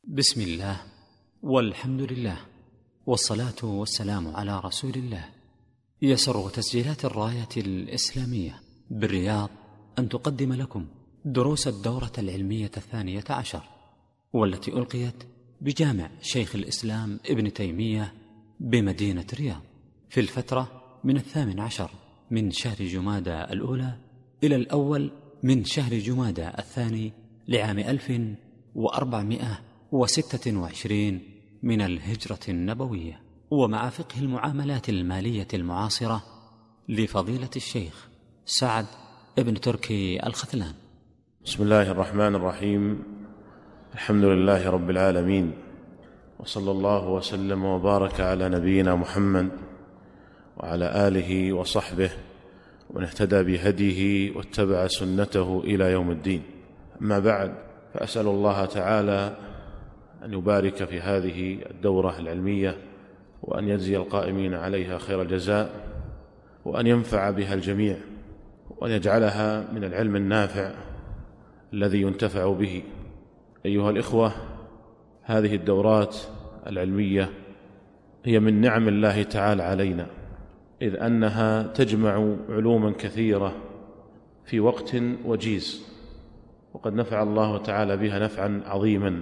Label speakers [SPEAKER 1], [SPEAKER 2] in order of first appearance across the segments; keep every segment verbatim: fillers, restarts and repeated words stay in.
[SPEAKER 1] بسم الله والحمد لله والصلاة والسلام على رسول الله. يسر تسجيلات الراية الإسلامية بالرياض أن تقدم لكم دروس الدورة العلمية الثانية عشر، والتي ألقيت بجامع شيخ الإسلام ابن تيمية بمدينة الرياض في الفترة من الثامن عشر من شهر جمادى الأولى إلى الأول من شهر جمادى الثاني لعام ألف وأربعمائة وستة وعشرين من الهجرة النبوية، ومع فقه المعاملات المالية المعاصرة لفضيلة الشيخ سعد ابن تركي الختلان.
[SPEAKER 2] بسم الله الرحمن الرحيم. الحمد لله رب العالمين، وصلى الله وسلم وبارك على نبينا محمد وعلى آله وصحبه ومن اهتدى بهديه واتبع سنته إلى يوم الدين. أما بعد، فأسأل الله تعالى أن يبارك في هذه الدورة العلمية، وأن يجزي القائمين عليها خير الجزاء، وأن ينفع بها الجميع، وأن يجعلها من العلم النافع الذي ينتفع به. أيها الإخوة، هذه الدورات العلمية هي من نعم الله تعالى علينا، إذ أنها تجمع علوما كثيرة في وقت وجيز، وقد نفع الله تعالى بها نفعا عظيما.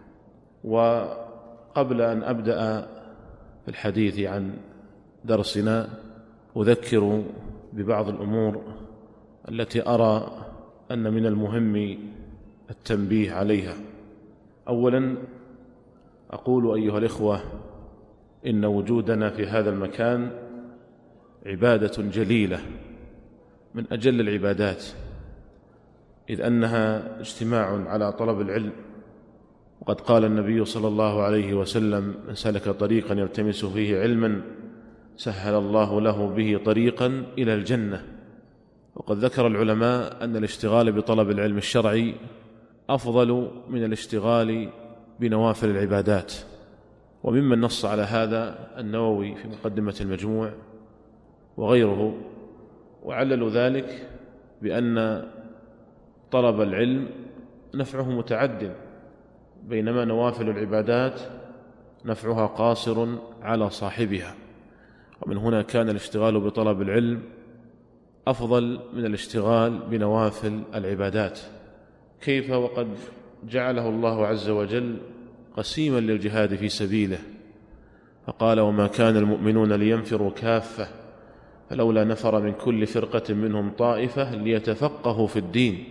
[SPEAKER 2] وقبل أن أبدأ في الحديث عن درسنا أذكر ببعض الأمور التي أرى أن من المهم التنبيه عليها. أولا، أقول أيها الإخوة إن وجودنا في هذا المكان عبادة جليلة من أجل العبادات، إذ أنها اجتماع على طلب العلم. وقد قال النبي صلى الله عليه وسلم: من سلك طريقا يلتمس فيه علما سهل الله له به طريقا إلى الجنة. وقد ذكر العلماء أن الاشتغال بطلب العلم الشرعي أفضل من الاشتغال بنوافل العبادات، وممن نص على هذا النووي في مقدمة المجموع وغيره، وعللوا ذلك بأن طلب العلم نفعه متعد، بينما نوافل العبادات نفعها قاصر على صاحبها. ومن هنا كان الاشتغال بطلب العلم أفضل من الاشتغال بنوافل العبادات. كيف وقد جعله الله عز وجل قسيما للجهاد في سبيله، فقال: وما كان المؤمنون لينفروا كافة فلولا نفر من كل فرقة منهم طائفة ليتفقهوا في الدين.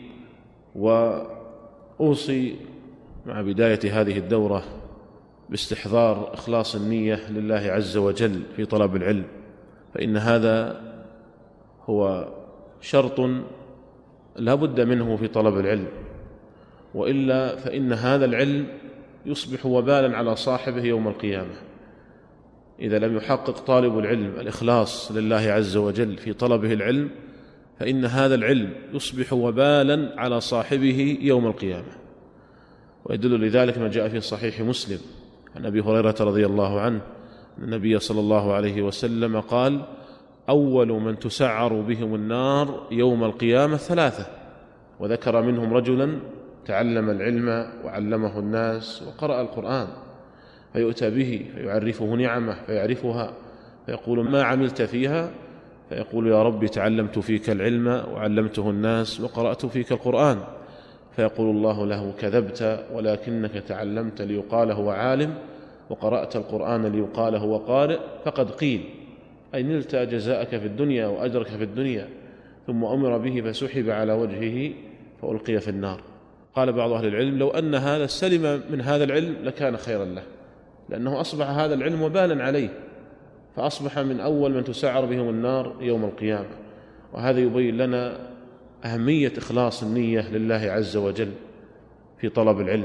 [SPEAKER 2] وأوصي مع بداية هذه الدورة باستحضار إخلاص النية لله عز وجل في طلب العلم، فإن هذا هو شرط لا بد منه في طلب العلم، وإلا فإن هذا العلم يصبح وبالا على صاحبه يوم القيامة. إذا لم يحقق طالب العلم الإخلاص لله عز وجل في طلبه العلم، فإن هذا العلم يصبح وبالا على صاحبه يوم القيامة. ويدل لذلك ما جاء في صحيح مسلم عن أبي هريرة رضي الله عنه أن النبي صلى الله عليه وسلم قال: أول من تسعر بهم النار يوم القيامة ثلاثة، وذكر منهم رجلا تعلم العلم وعلمه الناس وقرأ القرآن، فيؤتى به فيعرفه نعمه فيعرفها، فيقول: ما عملت فيها؟ فيقول: يا رب تعلمت فيك العلم وعلمته الناس وقرأت فيك القرآن. فيقول الله له: كذبت، ولكنك تعلمت ليقال هو عالم، وقرأت القرآن ليقال هو قارئ، فقد قيل، أي نلت جزاءك في الدنيا وأجرك في الدنيا. ثم أمر به فسحب على وجهه فألقي في النار. قال بعض أهل العلم: لو أن هذا سلم من هذا العلم لكان خيرا له، لأنه أصبح هذا العلم وبالا عليه، فأصبح من أول من تسعر بهم النار يوم القيامة. وهذا يبين لنا أهمية إخلاص النية لله عز وجل في طلب العلم،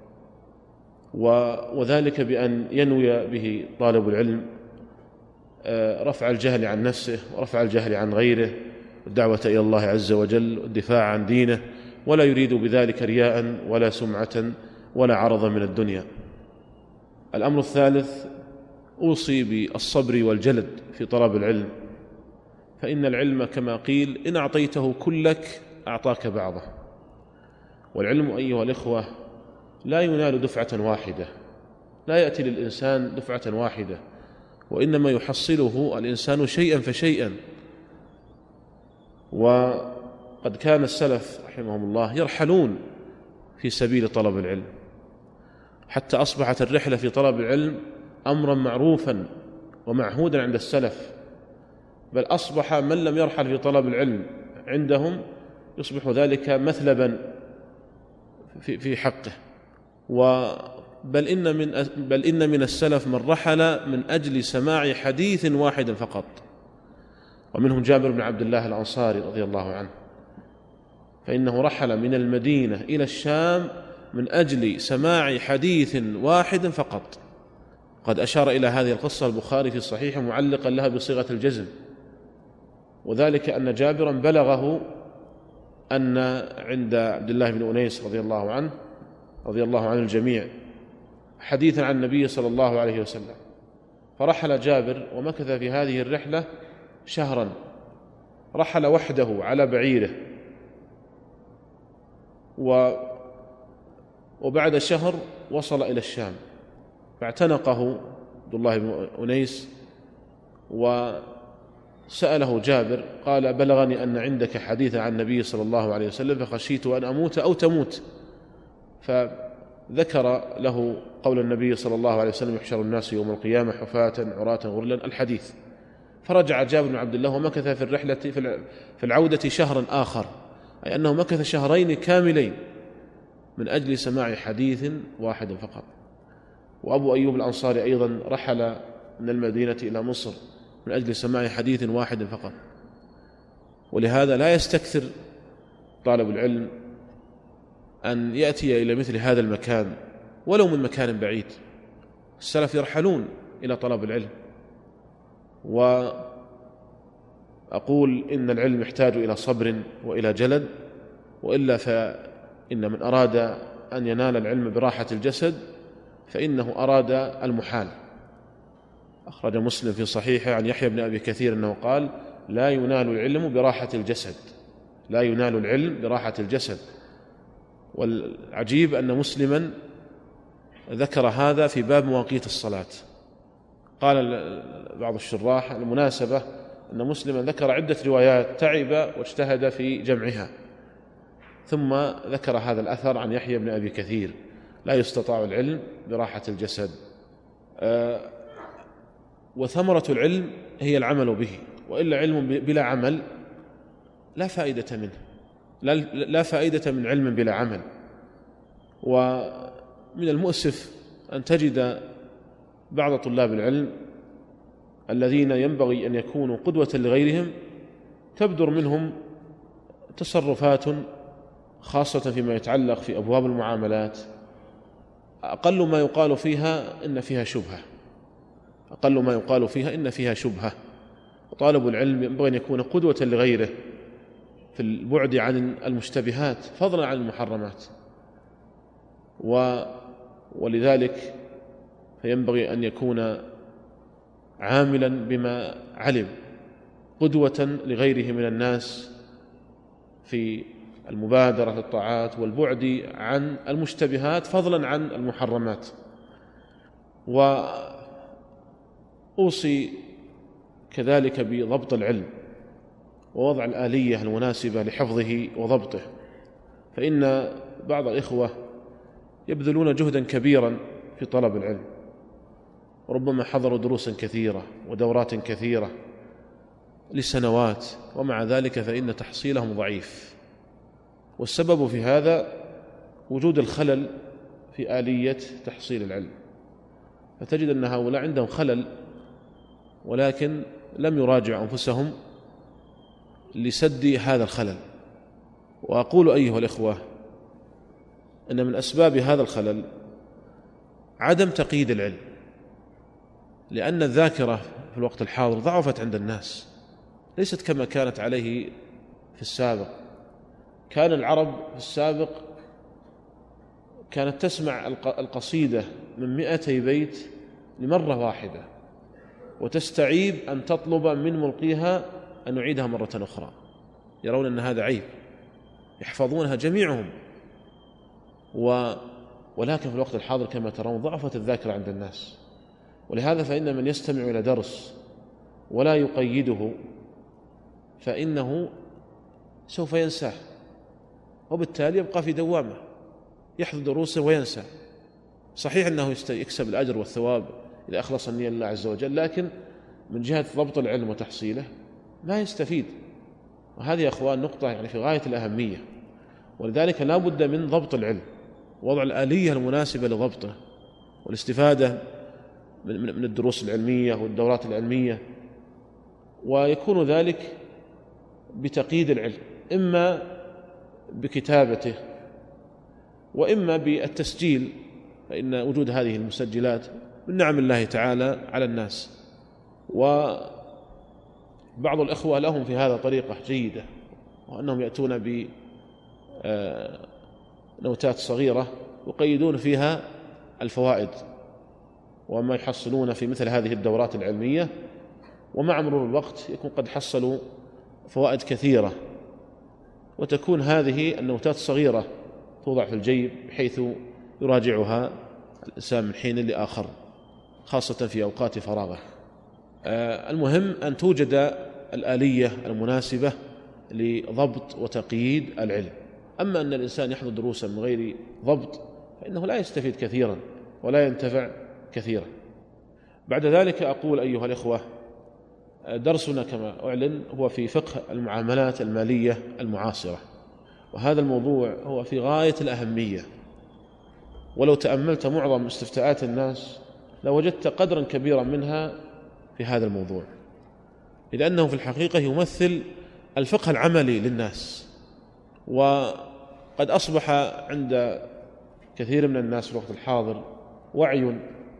[SPEAKER 2] وذلك بأن ينوي به طالب العلم رفع الجهل عن نفسه ورفع الجهل عن غيره، والدعوة إلى الله عز وجل والدفاع عن دينه، ولا يريد بذلك رياء ولا سمعة ولا عرضا من الدنيا. الأمر الثالث، أوصي بالصبر والجلد في طلب العلم، فإن العلم كما قيل: إن أعطيته كلك أعطاك بعضه. والعلم أيها الإخوة لا ينال دفعة واحدة، لا يأتي للإنسان دفعة واحدة، وإنما يحصله الإنسان شيئا فشيئا. وقد كان السلف رحمهم الله يرحلون في سبيل طلب العلم، حتى أصبحت الرحلة في طلب العلم أمرا معروفا ومعهودا عند السلف، بل أصبح من لم يرحل في طلب العلم عندهم يصبح ذلك مثلبا في حقه. بل إن من بل إن من السلف من رحل من أجل سماع حديث واحد فقط، ومنهم جابر بن عبد الله الأنصاري رضي الله عنه، فإنه رحل من المدينة إلى الشام من أجل سماع حديث واحد فقط. قد أشار إلى هذه القصة البخاري في صحيحه معلقا لها بصيغة الجزم، وذلك أن جابرا بلغه أن عند عبد الله بن أنيس رضي الله عنه رضي الله عن الجميع حديثا عن النبي صلى الله عليه وسلم، فرحل جابر ومكث في هذه الرحلة شهرا، رحل وحده على بعيره، وبعد شهر وصل إلى الشام، فاعتنقه عبد الله بن أنيس وسأله جابر، قال: بلغني أن عندك حديثا عن النبي صلى الله عليه وسلم فخشيت أن أموت أو تموت. فذكر له قول النبي صلى الله عليه وسلم: يحشر الناس يوم القيامة حفاة عراة غرلا، الحديث. فرجع جابر بن عبد الله ومكث في الرحلة في العودة شهرا آخر، أي أنه مكث شهرين كاملين من أجل سماع حديث واحد فقط. وأبو أيوب الأنصاري أيضا رحل من المدينة إلى مصر من أجل سماع حديث واحد فقط. ولهذا لا يستكثر طالب العلم أن يأتي إلى مثل هذا المكان ولو من مكان بعيد. السلف يرحلون إلى طلب العلم، وأقول إن العلم يحتاج إلى صبر وإلى جلد، وإلا فإن من أراد أن ينال العلم براحة الجسد فإنه أراد المحال. أخرج مسلم في صحيحه عن يحيى بن أبي كثير أنه قال: لا ينال العلم براحة الجسد، لا ينال العلم براحة الجسد. والعجيب أن مسلما ذكر هذا في باب مواقيت الصلاة. قال بعض الشراح المناسبة أن مسلما ذكر عدة روايات تعب واجتهد في جمعها، ثم ذكر هذا الأثر عن يحيى بن أبي كثير: لا يستطاع العلم براحة الجسد. آه وثمرة العلم هي العمل به، وإلا علم بلا عمل لا فائدة منه، لا, لا فائدة من علم بلا عمل. ومن المؤسف أن تجد بعض طلاب العلم الذين ينبغي أن يكونوا قدوة لغيرهم تبدر منهم تصرفات خاصة فيما يتعلق في أبواب المعاملات أقل ما يقال فيها إن فيها شبهة، أقل ما يقال فيها إن فيها شبهة. وطالب العلم ينبغي أن يكون قدوة لغيره في البعد عن المشتبهات فضلا عن المحرمات، و ولذلك فينبغي أن يكون عاملا بما علم، قدوة لغيره من الناس في المبادرة للطاعات والبعد عن المشتبهات فضلا عن المحرمات. وأوصي كذلك بضبط العلم ووضع الآلية المناسبة لحفظه وضبطه، فإن بعض الإخوة يبذلون جهدا كبيرا في طلب العلم، وربما حضروا دروسا كثيرة ودورات كثيرة لسنوات، ومع ذلك فإن تحصيلهم ضعيف. والسبب في هذا وجود الخلل في آلية تحصيل العلم، فتجد أن هؤلاء عندهم خلل ولكن لم يراجعوا أنفسهم لسد هذا الخلل. وأقول أيها الإخوة أن من أسباب هذا الخلل عدم تقييد العلم، لأن الذاكرة في الوقت الحاضر ضعفت عند الناس، ليست كما كانت عليه في السابق. كان العرب في السابق كانت تسمع القصيدة من مئتي بيت لمرة واحدة، وتستعيب أن تطلب من ملقيها أن نعيدها مرة أخرى، يرون أن هذا عيب، يحفظونها جميعهم و... ولكن في الوقت الحاضر كما ترون ضعفت الذاكرة عند الناس، ولهذا فإن من يستمع إلى درس ولا يقيده فإنه سوف ينساه، وبالتالي يبقى في دوامة يحضر دروسه وينسى. صحيح أنه يكسب الأجر والثواب إذا أخلص النية لله عز وجل، لكن من جهة ضبط العلم وتحصيله ما يستفيد. وهذه يا أخوان نقطة يعني في غاية الأهمية، ولذلك لا بد من ضبط العلم، وضع الآلية المناسبة لضبطه والاستفادة من الدروس العلمية والدورات العلمية، ويكون ذلك بتقييد العلم، إما بكتابته وإما بالتسجيل، فإن وجود هذه المسجلات من نعم الله تعالى على الناس. وبعض الأخوة لهم في هذا طريقة جيدة، وأنهم يأتون بنوتات صغيرة يقيدون فيها الفوائد وما يحصلون في مثل هذه الدورات العلمية، ومع مرور الوقت يكون قد حصلوا فوائد كثيرة، وتكون هذه النوتات الصغيرة توضع في الجيب بحيث يراجعها الإنسان من حين لآخر، خاصة في أوقات فراغه. المهم أن توجد الآلية المناسبة لضبط وتقييد العلم. أما أن الإنسان يحضر دروسا من غير ضبط فإنه لا يستفيد كثيرا ولا ينتفع كثيرا. بعد ذلك أقول أيها الإخوة، درسنا كما أعلن هو في فقه المعاملات المالية المعاصرة، وهذا الموضوع هو في غاية الأهمية، ولو تأملت معظم استفتاءات الناس لوجدت قدرا كبيرا منها في هذا الموضوع، لأنه في الحقيقة يمثل الفقه العملي للناس. وقد أصبح عند كثير من الناس في الوقت الحاضر وعي،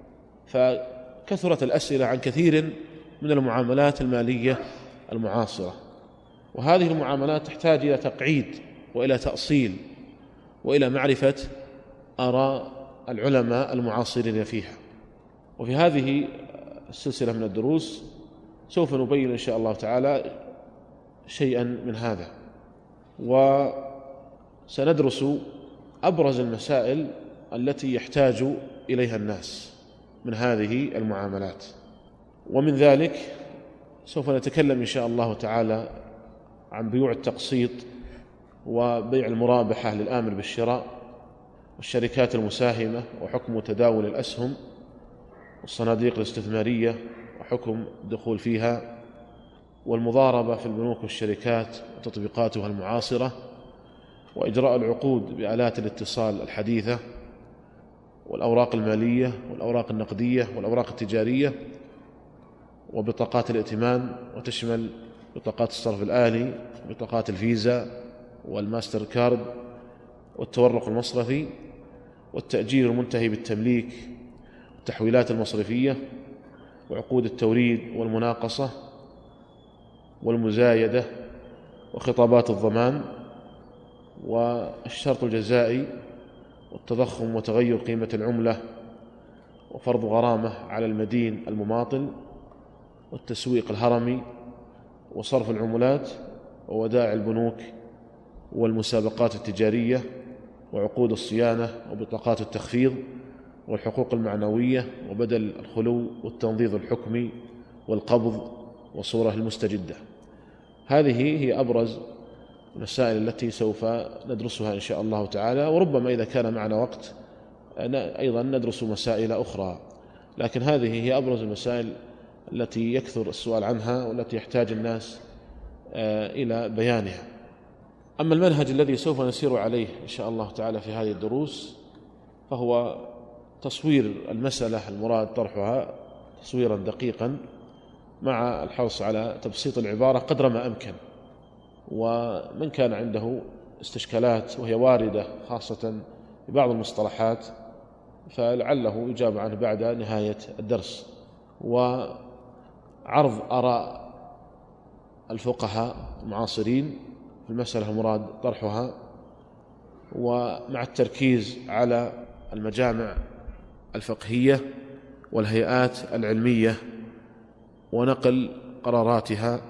[SPEAKER 2] فكثرت الأسئلة عن كثير من المعاملات المالية المعاصرة، وهذه المعاملات تحتاج إلى تقعيد وإلى تأصيل وإلى معرفة آراء العلماء المعاصرين فيها. وفي هذه السلسلة من الدروس سوف نبين إن شاء الله تعالى شيئا من هذا، وسندرس أبرز المسائل التي يحتاج إليها الناس من هذه المعاملات. ومن ذلك سوف نتكلم إن شاء الله تعالى عن بيوع التقسيط وبيع المرابحة للآمر بالشراء، والشركات المساهمة وحكم تداول الأسهم، والصناديق الاستثمارية وحكم الدخول فيها، والمضاربة في البنوك والشركات وتطبيقاتها المعاصرة، وإجراء العقود بآلات الاتصال الحديثة، والأوراق المالية والأوراق النقدية والأوراق التجارية، وبطاقات الائتمان، وتشمل بطاقات الصرف الآلي، بطاقات الفيزا والماستر كارد، والتورق المصرفي، والتأجير المنتهي بالتمليك، والتحويلات المصرفية، وعقود التوريد والمناقصة والمزايدة، وخطابات الضمان، والشرط الجزائي، والتضخم وتغير قيمة العملة، وفرض غرامة على المدين المماطل، والتسويق الهرمي، وصرف العملات، وودائع البنوك، والمسابقات التجارية، وعقود الصيانة، وبطاقات التخفيض، والحقوق المعنوية، وبدل الخلو، والتنظير الحكمي، والقبض، وصورة المستجدة. هذه هي أبرز المسائل التي سوف ندرسها إن شاء الله تعالى، وربما إذا كان معنا وقت أيضا ندرس مسائل أخرى، لكن هذه هي أبرز المسائل التي يكثر السؤال عنها والتي يحتاج الناس إلى بيانها. أما المنهج الذي سوف نسير عليه إن شاء الله تعالى في هذه الدروس فهو تصوير المسألة المراد طرحها تصويرا دقيقا، مع الحرص على تبسيط العبارة قدر ما أمكن. ومن كان عنده استشكالات وهي واردة خاصة في بعض المصطلحات فلعله يجاب عنه بعد نهاية الدرس، وعرض آراء الفقهاء المعاصرين في المسألة المراد طرحها، ومع التركيز على المجامع الفقهية والهيئات العلمية ونقل قراراتها،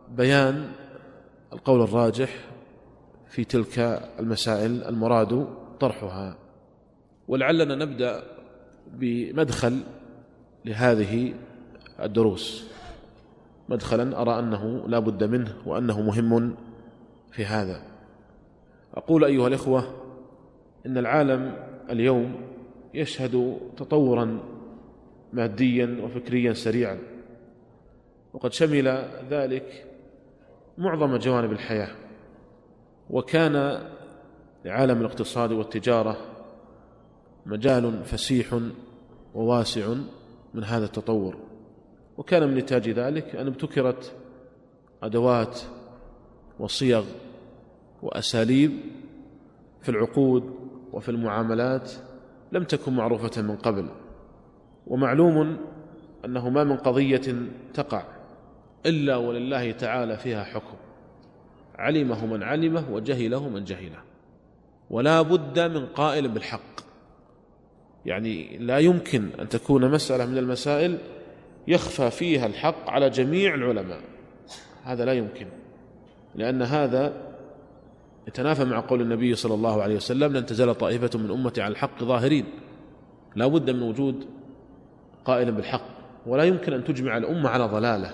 [SPEAKER 2] وبيان القول الراجح في تلك المسائل المراد طرحها. ولعلنا نبدأ بمدخل لهذه الدروس، مدخلا أرى أنه لا بد منه وأنه مهم في هذا. أقول أيها الإخوة إن العالم اليوم يشهد تطورا ماديا وفكريا سريعا، وقد شمل ذلك معظم جوانب الحياة، وكان لعالم الاقتصاد والتجارة مجال فسيح وواسع من هذا التطور، وكان من نتاج ذلك أن ابتكرت أدوات وصيغ وأساليب في العقود وفي المعاملات لم تكن معروفة من قبل. ومعلوم أنه ما من قضية تقع إلا ولله تعالى فيها حكم، علمه من علمه وجهله من جهله، ولا بد من قائل بالحق. يعني لا يمكن أن تكون مسألة من المسائل يخفى فيها الحق على جميع العلماء، هذا لا يمكن، لأن هذا يتنافى مع قول النبي صلى الله عليه وسلم: لن تزال طائفة من أمتي على الحق ظاهرين. لا بد من وجود قائل بالحق، ولا يمكن أن تجمع الأمة على ضلالة.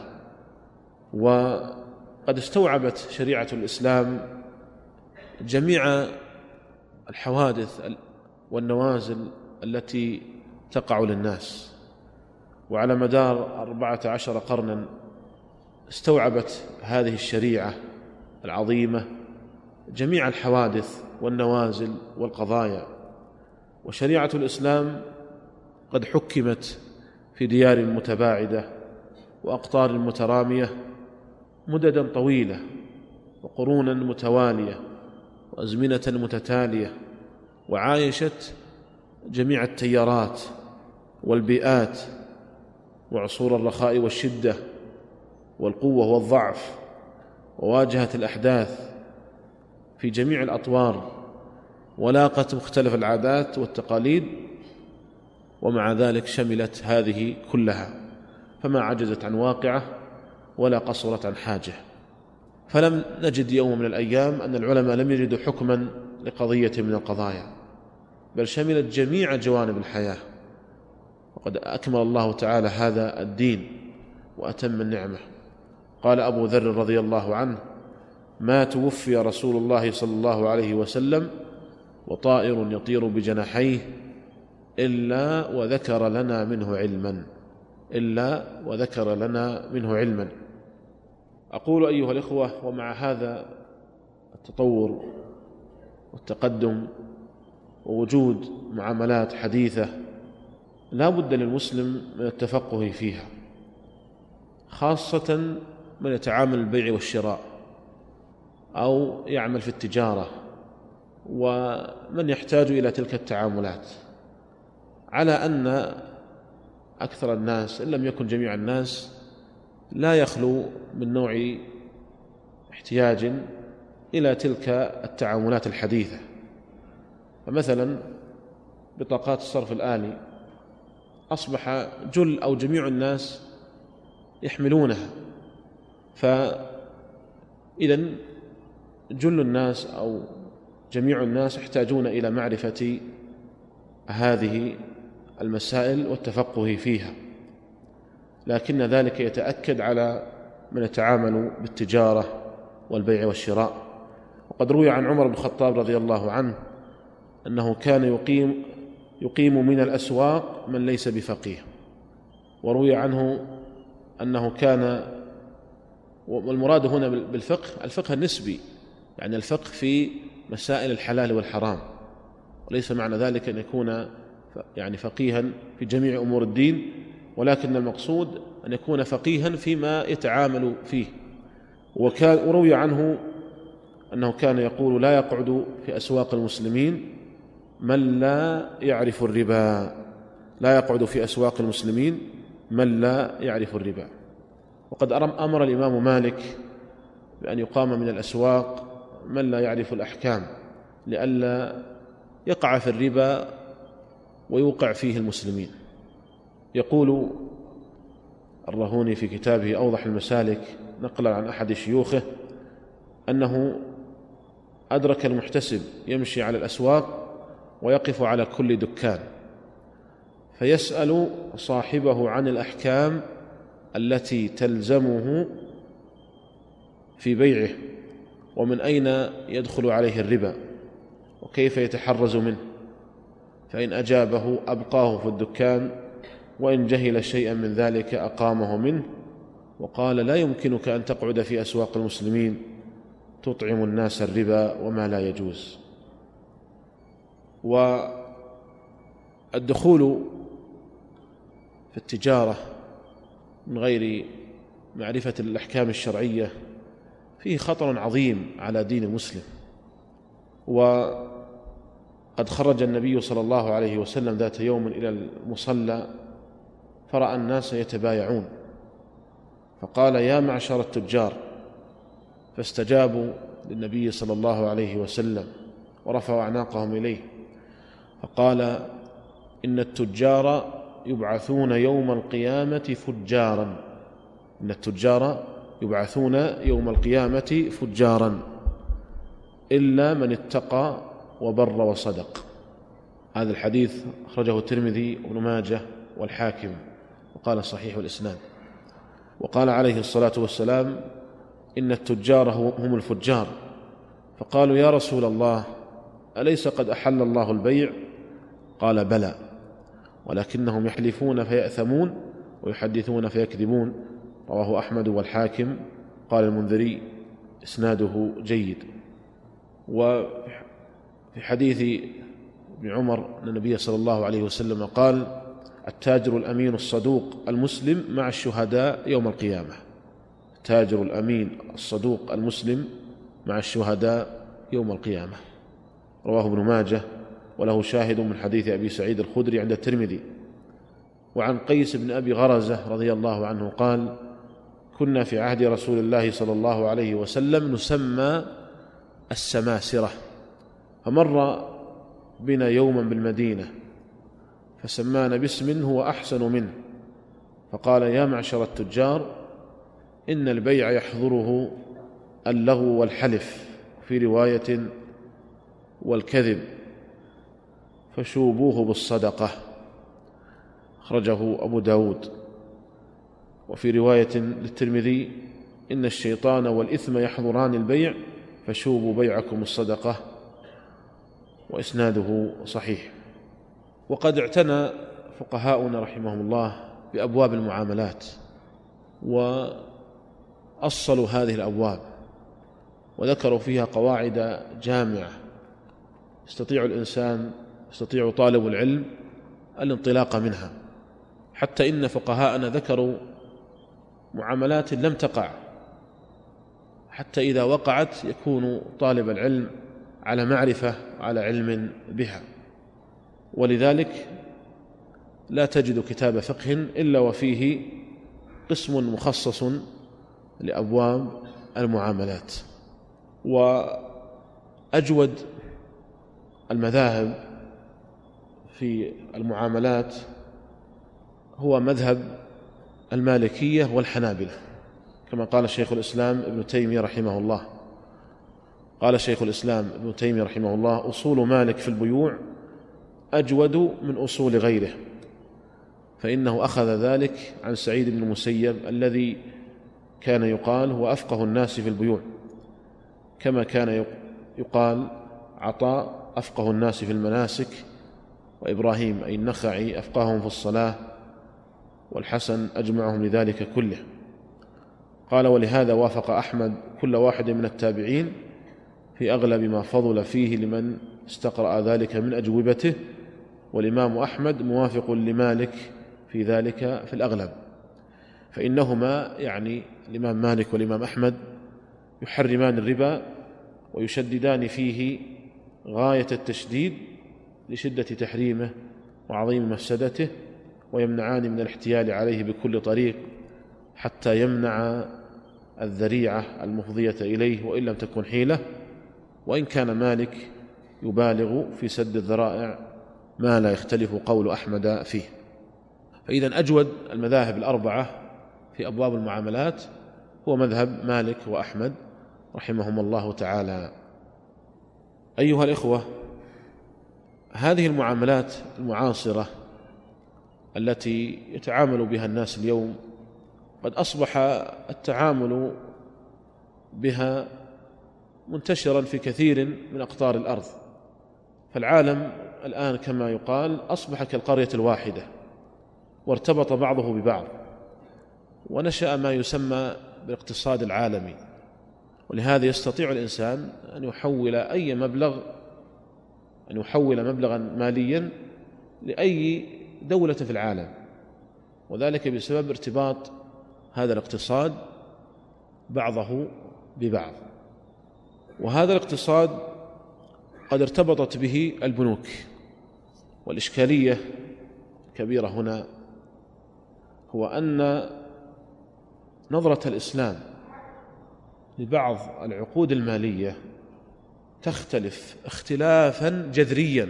[SPEAKER 2] وقد استوعبت شريعة الإسلام جميع الحوادث والنوازل التي تقع للناس، وعلى مدار أربعة عشر قرنا استوعبت هذه الشريعة العظيمة جميع الحوادث والنوازل والقضايا. وشريعة الإسلام قد حكمت في ديار متباعدة وأقطار مترامية مددا طويلة وقرونا متوالية وأزمنة متتالية، وعايشت جميع التيارات والبيئات وعصور الرخاء والشدة والقوة والضعف، وواجهت الأحداث في جميع الأطوار، ولاقت مختلف العادات والتقاليد، ومع ذلك شملت هذه كلها، فما عجزت عن واقعة ولا قصرت عن حاجة. فلم نجد يوم من الأيام أن العلماء لم يجدوا حكما لقضية من القضايا، بل شملت جميع جوانب الحياة. وقد أكمل الله تعالى هذا الدين وأتم النعمة. قال أبو ذر رضي الله عنه: ما توفي رسول الله صلى الله عليه وسلم وطائر يطير بجناحيه إلا وذكر لنا منه علما إلا وذكر لنا منه علما. أقول أيها الإخوة، ومع هذا التطور والتقدم ووجود معاملات حديثة لا بد للمسلم من التفقه فيها، خاصة من يتعامل البيع والشراء أو يعمل في التجارة، ومن يحتاج إلى تلك التعاملات، على أن أكثر الناس إن لم يكن جميع الناس لا يخلو من نوع احتياج إلى تلك التعاملات الحديثة. فمثلا بطاقات الصرف الآلي أصبح جل أو جميع الناس يحملونها، فإذن جل الناس أو جميع الناس يحتاجون إلى معرفة هذه المسائل والتفقه فيها، لكن ذلك يتأكد على من يتعامل بالتجارة والبيع والشراء. وقد روي عن عمر بن الخطاب رضي الله عنه أنه كان يقيم يقيم من الأسواق من ليس بفقيه، وروي عنه أنه كان، والمراد هنا بالفقه الفقه النسبي، يعني الفقه في مسائل الحلال والحرام، وليس معنى ذلك أن يكون يعني فقيها في جميع أمور الدين، ولكن المقصود أن يكون فقيها فيما يتعامل فيه. وكان وروي عنه أنه كان يقول: لا يقعد في أسواق المسلمين من لا يعرف الربا لا يقعد في أسواق المسلمين من لا يعرف الربا. وقد أمر الإمام مالك بأن يقام من الأسواق من لا يعرف الأحكام، لئلا يقع في الربا ويوقع فيه المسلمين. يقول الرهوني في كتابه أوضح المسالك نقلا عن أحد شيوخه أنه أدرك المحتسب يمشي على الأسواق ويقف على كل دكان فيسأل صاحبه عن الأحكام التي تلزمه في بيعه، ومن أين يدخل عليه الربا وكيف يتحرز منه، فإن أجابه أبقاه في الدكان، وإن جهل شيئا من ذلك أقامه منه، وقال: لا يمكنك أن تقعد في أسواق المسلمين تطعم الناس الربا وما لا يجوز. والدخول في التجارة من غير معرفة الأحكام الشرعية فيه خطر عظيم على دين المسلم. وقد خرج النبي صلى الله عليه وسلم ذات يوم إلى المصلى فرأى الناس يتبايعون، فقال: يا معشر التجار، فاستجابوا للنبي صلى الله عليه وسلم ورفعوا أعناقهم إليه، فقال: إن التجار يبعثون يوم القيامة فجارا إن التجار يبعثون يوم القيامة فجارا إلا من اتقى وبر وصدق. هذا الحديث أخرجه الترمذي وابن ماجه والحاكم وقال صحيح الإسناد. وقال عليه الصلاة والسلام: إن التجار هم الفجار. فقالوا: يا رسول الله، أليس قد أحل الله البيع؟ قال: بلى، ولكنهم يحلفون فيأثمون ويحدثون فيكذبون. رواه أحمد والحاكم. قال المنذري: إسناده جيد. وفي حديث ابن عمر أن النبي صلى الله عليه وسلم قال: التاجر الأمين الصدوق المسلم مع الشهداء يوم القيامة. التاجر الأمين الصدوق المسلم مع الشهداء يوم القيامة. رواه ابن ماجه، وله شاهد من حديث أبي سعيد الخدري عند الترمذي. وعن قيس بن أبي غرزة رضي الله عنه قال: كنا في عهد رسول الله صلى الله عليه وسلم نسمى السماسرة، فمر بنا يوما بالمدينة فسمانا باسم هو أحسن منه، فقال: يا معشر التجار، إن البيع يحضره اللغو والحلف، في رواية والكذب، فشوبوه بالصدقة. أخرجه أبو داود. وفي رواية للترمذي: إن الشيطان والإثم يحضران البيع، فشوبوا بيعكم الصدقة. وإسناده صحيح. وقد اعتنى فقهاؤنا رحمهم الله بأبواب المعاملات وأصلوا هذه الأبواب وذكروا فيها قواعد جامعة يستطيع الإنسان يستطيع طالب العلم الانطلاق منها، حتى إن فقهاءنا ذكروا معاملات لم تقع، حتى إذا وقعت يكون طالب العلم على معرفة على علم بها. ولذلك لا تجد كتاب فقه إلا وفيه قسم مخصص لأبواب المعاملات. وأجود المذاهب في المعاملات هو مذهب المالكية والحنابلة، كما قال شيخ الإسلام ابن تيمية رحمه الله. قال شيخ الإسلام ابن تيمية رحمه الله: أصول مالك في البيوع أجود من أصول غيره، فإنه أخذ ذلك عن سعيد بن المسيب الذي كان يقال هو أفقه الناس في البيوع، كما كان يقال عطاء أفقه الناس في المناسك، وإبراهيم أي النخعي أفقههم في الصلاة، والحسن أجمعهم لذلك كله. قال: ولهذا وافق أحمد كل واحد من التابعين في أغلب ما فضل فيه لمن استقرأ ذلك من أجوبته، والإمام أحمد موافق لمالك في ذلك في الأغلب، فإنهما يعني الإمام مالك والإمام أحمد يحرمان الربا ويشددان فيه غاية التشديد لشدة تحريمه وعظيم مفسدته، ويمنعان من الاحتيال عليه بكل طريق حتى يمنع الذريعة المفضية إليه وإن لم تكن حيلة، وإن كان مالك يبالغ في سد الذرائع ما لا يختلف قول أحمد فيه. فإذا أجود المذاهب الأربعة في أبواب المعاملات هو مذهب مالك وأحمد رحمهم الله تعالى. أيها الإخوة، هذه المعاملات المعاصرة التي يتعامل بها الناس اليوم قد أصبح التعامل بها منتشرا في كثير من أقطار الأرض، فالعالم الآن كما يقال أصبح كالقرية الواحدة، وارتبط بعضه ببعض، ونشأ ما يسمى بالاقتصاد العالمي. ولهذا يستطيع الإنسان أن يحول أي مبلغ أن يحول مبلغا ماليا لأي دولة في العالم، وذلك بسبب ارتباط هذا الاقتصاد بعضه ببعض. وهذا الاقتصاد قد ارتبطت به البنوك، والإشكالية كبيرة هنا هو أن نظرة الإسلام لبعض العقود المالية تختلف اختلافا جذريا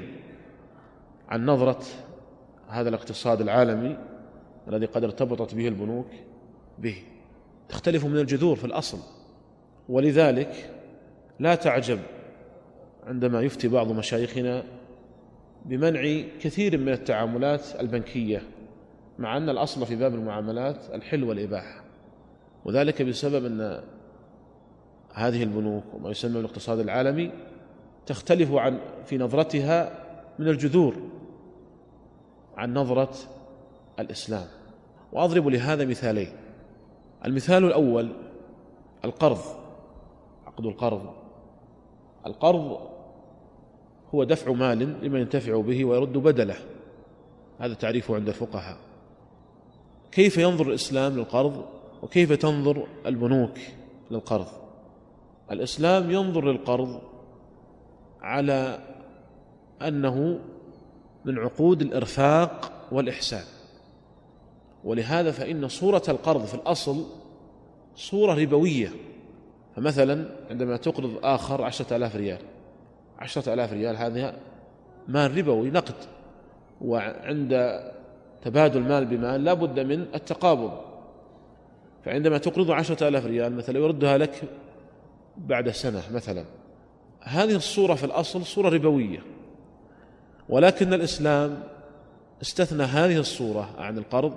[SPEAKER 2] عن نظرة هذا الاقتصاد العالمي الذي قد ارتبطت به البنوك به، تختلف من الجذور في الأصل. ولذلك لا تعجب عندما يفتي بعض مشايخنا بمنع كثير من التعاملات البنكية، مع أن الأصل في باب المعاملات الحل والإباحة، وذلك بسبب أن هذه البنوك وما يسمى بالاقتصاد العالمي تختلف عن في نظرتها من الجذور عن نظرة الإسلام. وأضرب لهذا مثالين. المثال الأول القرض، عقد القرض. القرض هو دفع مال لمن ينتفع به ويرد بدله، هذا تعريفه عند الفقهاء. كيف ينظر الإسلام للقرض وكيف تنظر البنوك للقرض؟ الإسلام ينظر للقرض على أنه من عقود الإرفاق والإحسان، ولهذا فإن صورة القرض في الأصل صورة ربوية. فمثلا عندما تقرض آخر عشرة آلاف ريال، عشرة آلاف ريال هذا مال ربوي نقد، وعند تبادل مال بمال لا بد من التقابض. فعندما تقرض عشرة آلاف ريال مثلا يردها لك بعد سنة مثلا، هذه الصورة في الأصل صورة ربوية، ولكن الإسلام استثنى هذه الصورة عن القرض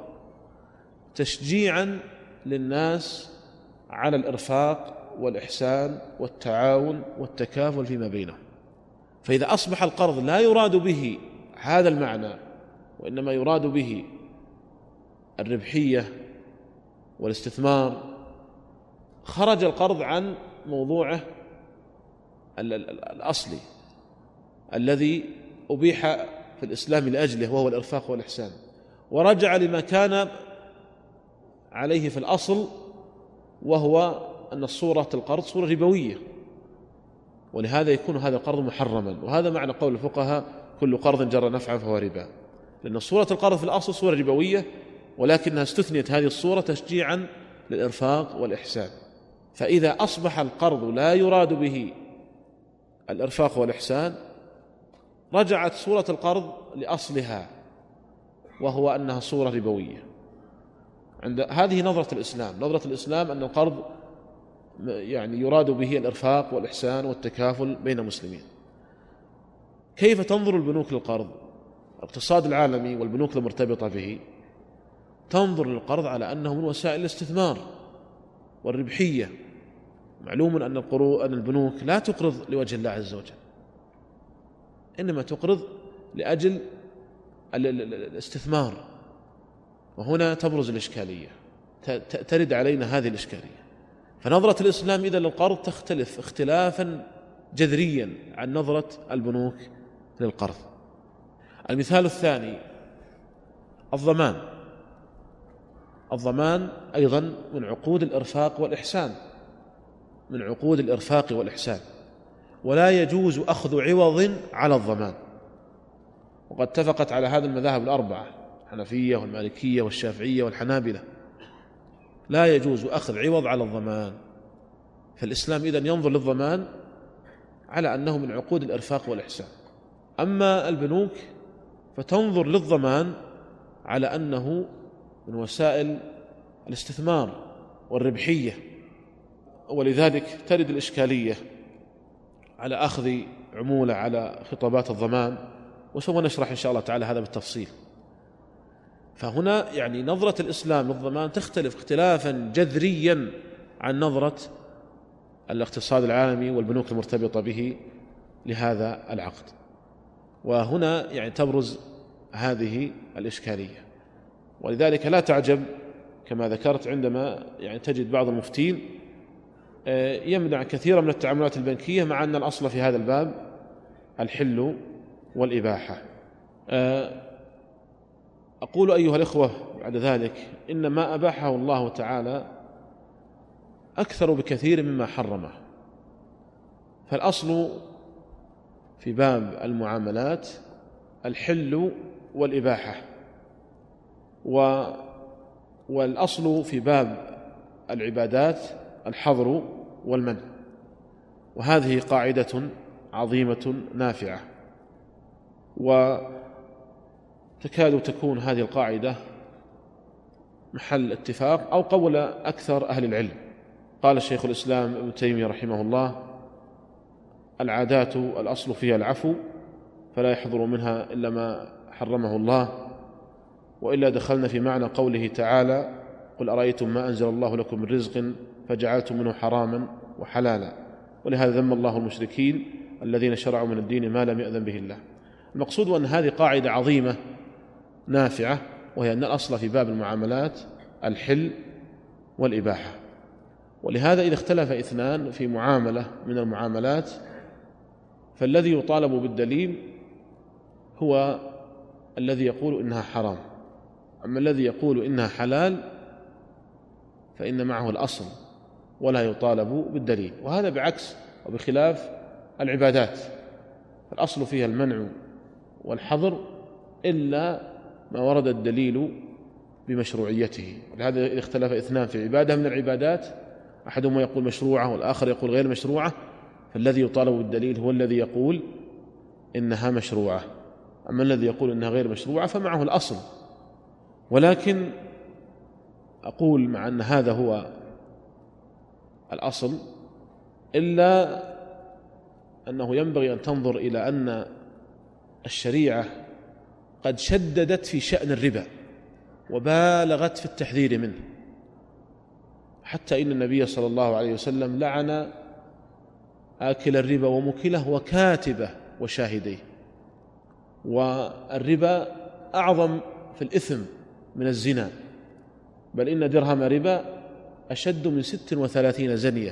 [SPEAKER 2] تشجيعا للناس على الإرفاق والإحسان والتعاون والتكافل فيما بينهم. فإذا أصبح القرض لا يراد به هذا المعنى، وإنما يراد به الربحية والاستثمار، خرج القرض عن موضوعه الأصلي الذي أبيح في الإسلام لأجله، وهو الإرفاق والإحسان، ورجع لما كان عليه في الأصل، وهو أن صورة القرض صورة ربوية، ولهذا يكون هذا القرض محرما. وهذا معنى قول الفقهاء كل قرض جر نفعا فهو ربا، لأن صورة القرض في الأصل صورة ربوية، ولكنها استثنيت هذه الصورة تشجيعا للإرفاق والإحسان. فإذا أصبح القرض لا يراد به الإرفاق والإحسان، رجعت صورة القرض لأصلها، وهو أنها صورة ربوية. عند هذه نظرة الإسلام، نظرة الإسلام أن القرض يعني يراد به الإرفاق والإحسان والتكافل بين المسلمين. كيف تنظر البنوك للقرض؟ الاقتصاد العالمي والبنوك المرتبطة به تنظر للقرض على أنه من وسائل الاستثمار والربحية. معلوم أن القروض أن البنوك لا تقرض لوجه الله عز وجل، إنما تقرض لأجل الاستثمار. وهنا تبرز الإشكالية، ترد علينا هذه الإشكالية. فنظرة الإسلام إذا للقرض تختلف اختلافا جذريا عن نظرة البنوك للقرض. المثال الثاني الضمان. الضمان أيضا من عقود الإرفاق والإحسان، من عقود الإرفاق والإحسان، ولا يجوز أخذ عوض على الضمان. وقد اتفقت على هذا المذاهب الأربعة، الحنفية والمالكية والشافعية والحنابلة، لا يجوز أخذ عوض على الضمان. فالإسلام إذن ينظر للضمان على أنه من عقود الإرفاق والإحسان. أما البنوك فتنظر للضمان على أنه من وسائل الاستثمار والربحية، ولذلك ترد الإشكالية على أخذ عمولة على خطابات الضمان، وسوف نشرح إن شاء الله تعالى هذا بالتفصيل. فهنا يعني نظرة الإسلام للضمان تختلف اختلافا جذريا عن نظرة الاقتصاد العالمي والبنوك المرتبطة به لهذا العقد. وهنا يعني تبرز هذه الإشكالية، ولذلك لا تعجب كما ذكرت عندما يعني تجد بعض المفتين يمنع كثيرا من التعاملات البنكية مع أن الأصل في هذا الباب الحل والإباحة. أقول أيها الإخوة بعد ذلك إن ما أباحه الله تعالى أكثر بكثير مما حرمه. فالأصل في باب المعاملات الحل والإباحة، والأصل في باب العبادات الحظر والمنع. وهذه قاعدة عظيمة نافعة، وتكاد تكون هذه القاعدة محل اتفاق أو قول أكثر أهل العلم. قال الشيخ الإسلام ابن تيمية رحمه الله: العادات الأصل فيها العفو، فلا يحضر منها إلا ما حرمه الله، وإلا دخلنا في معنى قوله تعالى: قل أرأيتم ما أنزل الله لكم من رزق فجعلتم منه حراما وحلالا. ولهذا ذم الله المشركين الذين شرعوا من الدين ما لم يأذن به الله. المقصود أن هذه قاعدة عظيمة نافعة، وهي أن الأصل في باب المعاملات الحل والإباحة. ولهذا إذا اختلف اثنان في معاملة من المعاملات فالذي يطالب بالدليل هو الذي يقول إنها حرام، أما الذي يقول إنها حلال فإن معه الأصل ولا يطالب بالدليل. وهذا بعكس وبخلاف العبادات، الأصل فيها المنع والحظر إلا ما ورد الدليل بمشروعيته. ولهذا إذا اختلف اثنان في عبادة من العبادات أحدهما يقول مشروعة والآخر يقول غير مشروعة، فالذي يطالب بالدليل هو الذي يقول إنها مشروعة، أما الذي يقول إنها غير مشروعة فمعه الأصل. ولكن أقول مع أن هذا هو الأصل إلا أنه ينبغي أن تنظر إلى أن الشريعة قد شددت في شأن الربا وبالغت في التحذير منه، حتى إن النبي صلى الله عليه وسلم لعن آكل الربا وموكله وكاتبه وشاهديه. والربا أعظم في الإثم من الزنا، بل إن درهم ربا أشد من ست وثلاثين زنية.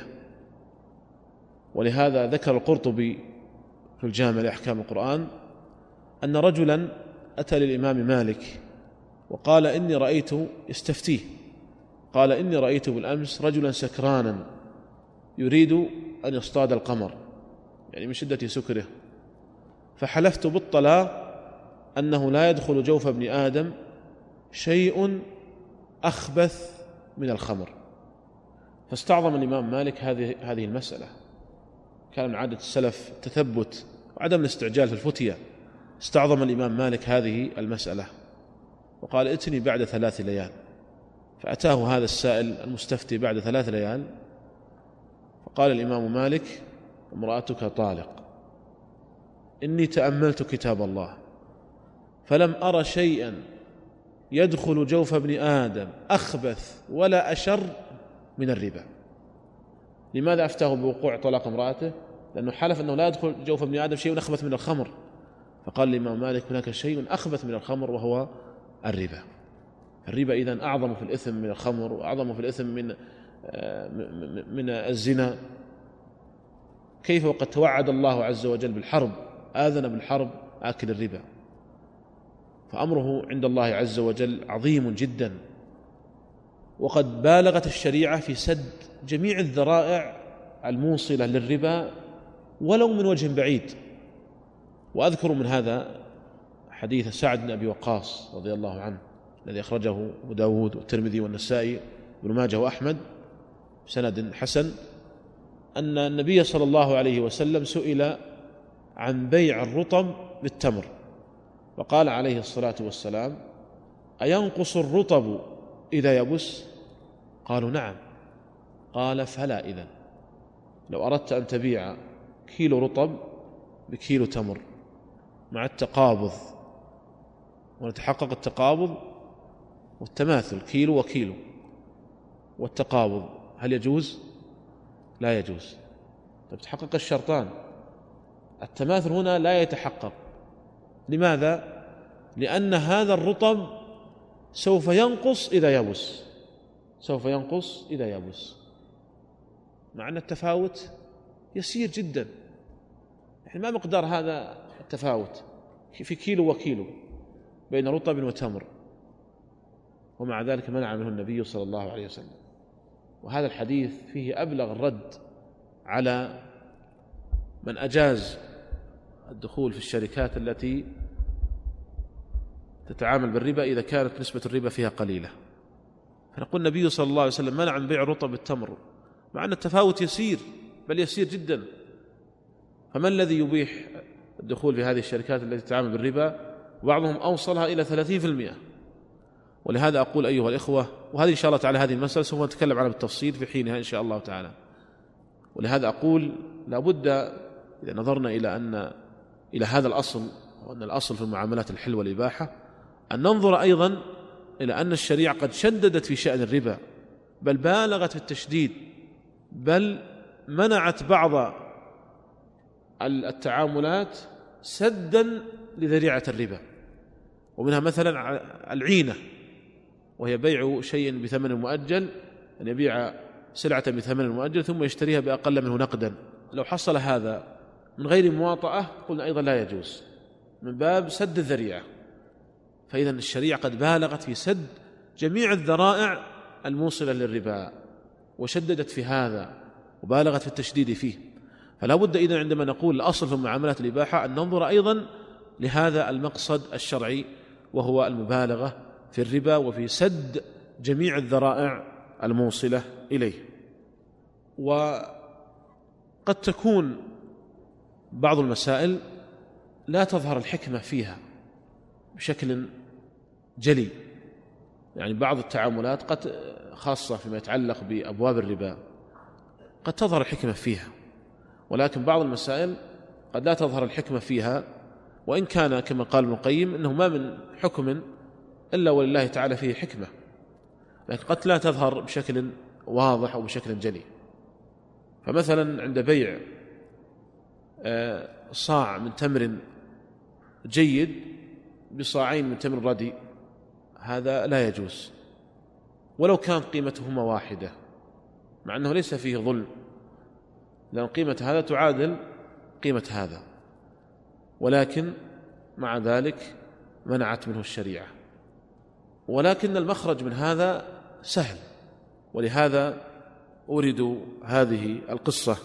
[SPEAKER 2] ولهذا ذكر القرطبي في الجامع لأحكام القرآن أن رجلا أتى للإمام مالك وقال: إني رأيت يستفتيه قال إني رأيت بالأمس رجلا سكرانا يريد أن يصطاد القمر، يعني من شدة سكره، فحلفت بالطلاق أنه لا يدخل جوف ابن آدم شيء أخبث من الخمر. فاستعظم الإمام مالك هذه هذه المسألة. كان من عادة السلف التثبت وعدم الاستعجال في الفتية. استعظم الإمام مالك هذه المسألة وقال: ائتني بعد ثلاث ليال. فأتاه هذا السائل المستفتي بعد ثلاث ليال، فقال الإمام مالك: امرأتك طالق، إني تأملت كتاب الله فلم أر شيئا يدخل جوف ابن آدم أخبث ولا أشر من الربا. لماذا أفتاه بوقوع طلاق امرأته؟ لأنه حلف أنه لا يدخل جوف ابن آدم شيء أخبث من الخمر. فقال الإمام مالك: هناك شيء أخبث من الخمر وهو الربا. الربا إذن أعظم في الإثم من الخمر، وأعظم في الإثم من من الزنا. كيف وقد توعد الله عز وجل بالحرب، آذن بالحرب آكل الربا. فأمره عند الله عز وجل عظيم جدا، وقد بالغت الشريعة في سد جميع الذرائع الموصلة للربا ولو من وجه بعيد. وأذكر من هذا حديث سعد بن أبي وقاص رضي الله عنه الذي أخرجه أبو داود والترمذي والنسائي وابن ماجه وأحمد بسند حسن، أن النبي صلى الله عليه وسلم سئل عن بيع الرطب بالتمر، وقال عليه الصلاة والسلام: أينقص الرطب إذا يبس؟ قالوا: نعم. قال: فلا إذن، لو أردت أن تبيع كيلو رطب بكيلو تمر مع التقابض، ونتحقق التقابض والتماثل كيلو وكيلو، والتقابض هل يجوز؟ لا يجوز. طيب تحقق الشرطان، التماثل هنا لا يتحقق. لماذا؟ لأن هذا الرطب سوف ينقص إذا يبس، سوف ينقص إذا يبس، مع أن التفاوت يسير جدا. يعني ما مقدار هذا التفاوت في كيلو وكيلو بين رطب وتمر، ومع ذلك منع منه النبي صلى الله عليه وسلم. وهذا الحديث فيه أبلغ الرد على من أجاز الدخول في الشركات التي تتعامل بالربا إذا كانت نسبة الربا فيها قليلة. فنقول النبي صلى الله عليه وسلم منع من بيع رطب التمر، مع أن التفاوت يسير، بل يسير جدا. فما الذي يبيح الدخول في هذه الشركات التي تتعامل بالربا؟ بعضهم أوصلها إلى ثلاثين بالمئة. ولهذا أقول أيها الإخوة، وهذه إن شاء الله تعالى هذه المسألة سوف نتكلم عنها بالتفصيل في حينها إن شاء الله تعالى. ولهذا أقول لابد إذا نظرنا إلى أن إلى هذا الأصل، وأن الأصل في المعاملات الحل والإباحة، أن ننظر أيضا إلى أن الشريعة قد شددت في شأن الربا، بل بالغت في التشديد، بل منعت بعض التعاملات سدا لذريعة الربا. ومنها مثلا العينة، وهي بيع شيء بثمن مؤجل، أن يبيع سلعة بثمن مؤجل ثم يشتريها بأقل منه نقدا. لو حصل هذا من غير مواطأة قلنا أيضا لا يجوز، من باب سد الذريعة. فإذا الشريعة قد بالغت في سد جميع الذرائع الموصلة للربا، وشددت في هذا وبالغت في التشديد فيه. فلا بد إذن عندما نقول الأصل في معاملات الإباحة أن ننظر أيضا لهذا المقصد الشرعي، وهو المبالغة في الربا وفي سد جميع الذرائع الموصلة إليه. وقد تكون بعض المسائل لا تظهر الحكمة فيها بشكل جلي، يعني بعض التعاملات قد خاصة فيما يتعلق بأبواب الربا قد تظهر الحكمة فيها، ولكن بعض المسائل قد لا تظهر الحكمة فيها، وإن كان كما قال ابن القيم إنه ما من حكم إلا ولله تعالى فيه حكمة، لكن قد لا تظهر بشكل واضح أو بشكل جلي. فمثلا عند بيع صاع من تمر جيد بصاعين من تمر ردي، هذا لا يجوز ولو كانت قيمتهما واحدة، مع أنه ليس فيه ظلم، لأن قيمة هذا تعادل قيمة هذا، ولكن مع ذلك منعت منه الشريعة. ولكن المخرج من هذا سهل، ولهذا أورد هذه القصة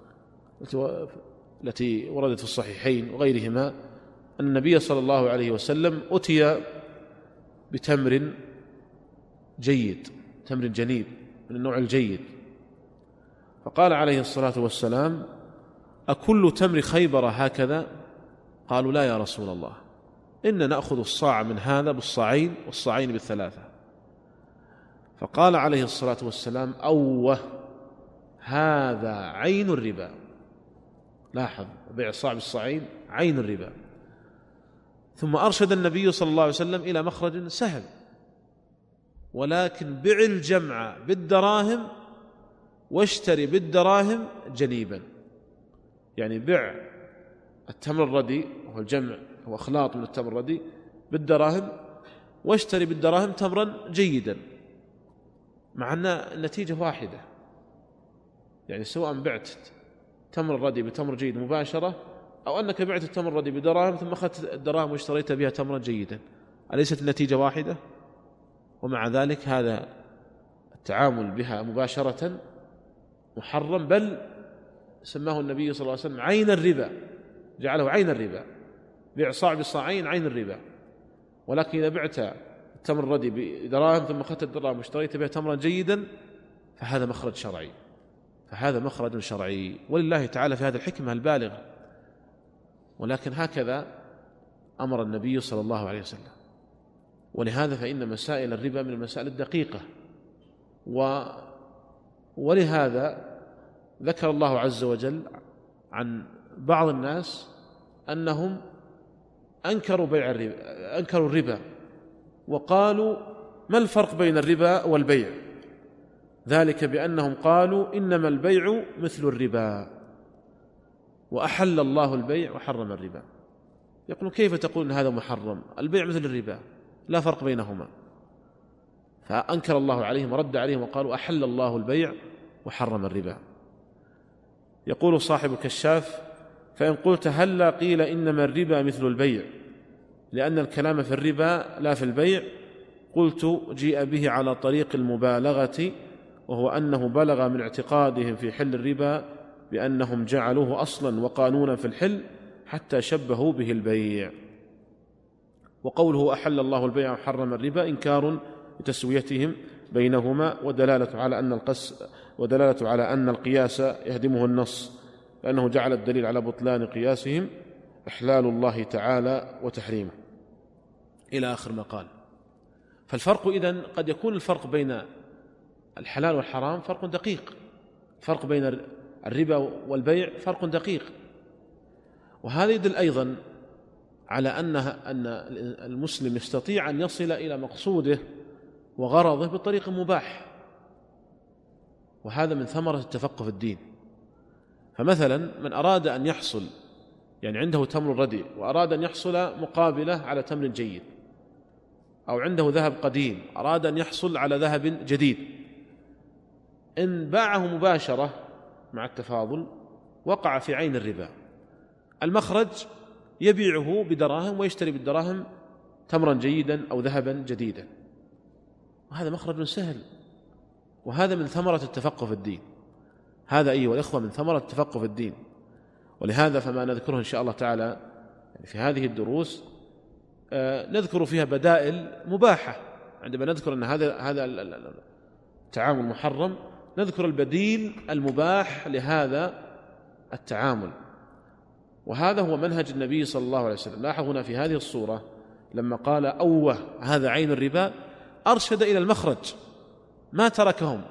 [SPEAKER 2] التي وردت في الصحيحين وغيرهما، أن النبي صلى الله عليه وسلم أتي بتمر جيد، تمر جنيب من النوع الجيد، فقال عليه الصلاة والسلام: أكل تمر خيبر هكذا؟ قالوا: لا يا رسول الله، إن نأخذ الصاع من هذا بالصاعين والصاعين بالثلاثة. فقال عليه الصلاة والسلام: أوه، هذا عين الربا. لاحظ، بيع الصاع بالصاعين عين الربا. ثم أرشد النبي صلى الله عليه وسلم إلى مخرج سهل، ولكن بع الجمع بالدراهم واشتري بالدراهم جنيبا، يعني بع التمر الردي وهو الجمع هو أخلاط من التمر الردي بالدراهم، واشتري بالدراهم تمرا جيدا، مع أن النتيجة واحدة، يعني سواء بعت تمر الردي بتمر جيد مباشرة، أو أنك بعت التمر الردي بدراهم ثم أخذت الدراهم واشتريت بها تمرا جيدا، أليست النتيجة واحدة؟ ومع ذلك هذا التعامل بها مباشرة محرم، بل سماه النبي صلى الله عليه وسلم عين الربا، جعله عين الربا، بيع صاع بالصاعين عين الربا. ولكن إذا بعت التمر الردي بدراهم ثم أخذت الدراهم واشتريت بها تمرا جيدا فهذا مخرج شرعي، فهذا مخرج شرعي، ولله تعالى في هذا الحكمة البالغة. ولكن هكذا أمر النبي صلى الله عليه وسلم. ولهذا فإن مسائل الربا من المسائل الدقيقة، و ولهذا ذكر الله عز وجل عن بعض الناس أنهم أنكروا بيع الربا، أنكروا الربا وقالوا ما الفرق بين الربا والبيع؟ ذلك بأنهم قالوا إنما البيع مثل الربا وأحل الله البيع وحرم الربا. يقولون كيف تقول إن هذا محرم؟ البيع مثل الربا لا فرق بينهما. فأنكر الله عليهم ورد عليهم وقالوا أحل الله البيع وحرم الربا. يقول صاحب الكشاف: فإن قلت هلا قيل إنما الربا مثل البيع لأن الكلام في الربا لا في البيع، قلت جيء به على طريق المبالغة، وهو أنه بلغ من اعتقادهم في حل الربا بأنهم جعلوه أصلا وقانونا في الحل حتى شبهوا به البيع. وقوله أحل الله البيع وحرم الربا إنكار لتسويتهم بينهما، ودلالة على أن القس ودلالة على أن القياس يهدمه النص، لأنه جعل الدليل على بطلان قياسهم إحلال الله تعالى وتحريمه، إلى آخر ما قال. فالفرق إذن قد يكون الفرق بين الحلال والحرام فرق دقيق، الفرق بين الربا والبيع فرق دقيق. وهذا يدل أيضا على أنها أن المسلم يستطيع أن يصل إلى مقصوده وغرضه بطريق مباح، وهذا من ثمرة التفقه في الدين. فمثلا من أراد أن يحصل، يعني عنده تمر رديء وأراد أن يحصل مقابلة على تمر جيد، أو عنده ذهب قديم أراد أن يحصل على ذهب جديد، إن باعه مباشرة مع التفاضل وقع في عين الربا. المخرج يبيعه بدراهم ويشتري بالدراهم تمرا جيدا أو ذهبا جديدا، وهذا مخرج سهل، وهذا من ثمرة التفقه في الدين. هذا أيها الإخوة من ثمرة التفقه في الدين. ولهذا فما نذكره إن شاء الله تعالى في هذه الدروس نذكر فيها بدائل مباحة. عندما نذكر أن هذا هذا التعامل محرم نذكر البديل المباح لهذا التعامل، وهذا هو منهج النبي صلى الله عليه وسلم. لاحظ هنا في هذه الصورة لما قال أوه هذا عين الربا أرشد إلى المخرج، ما تركهم،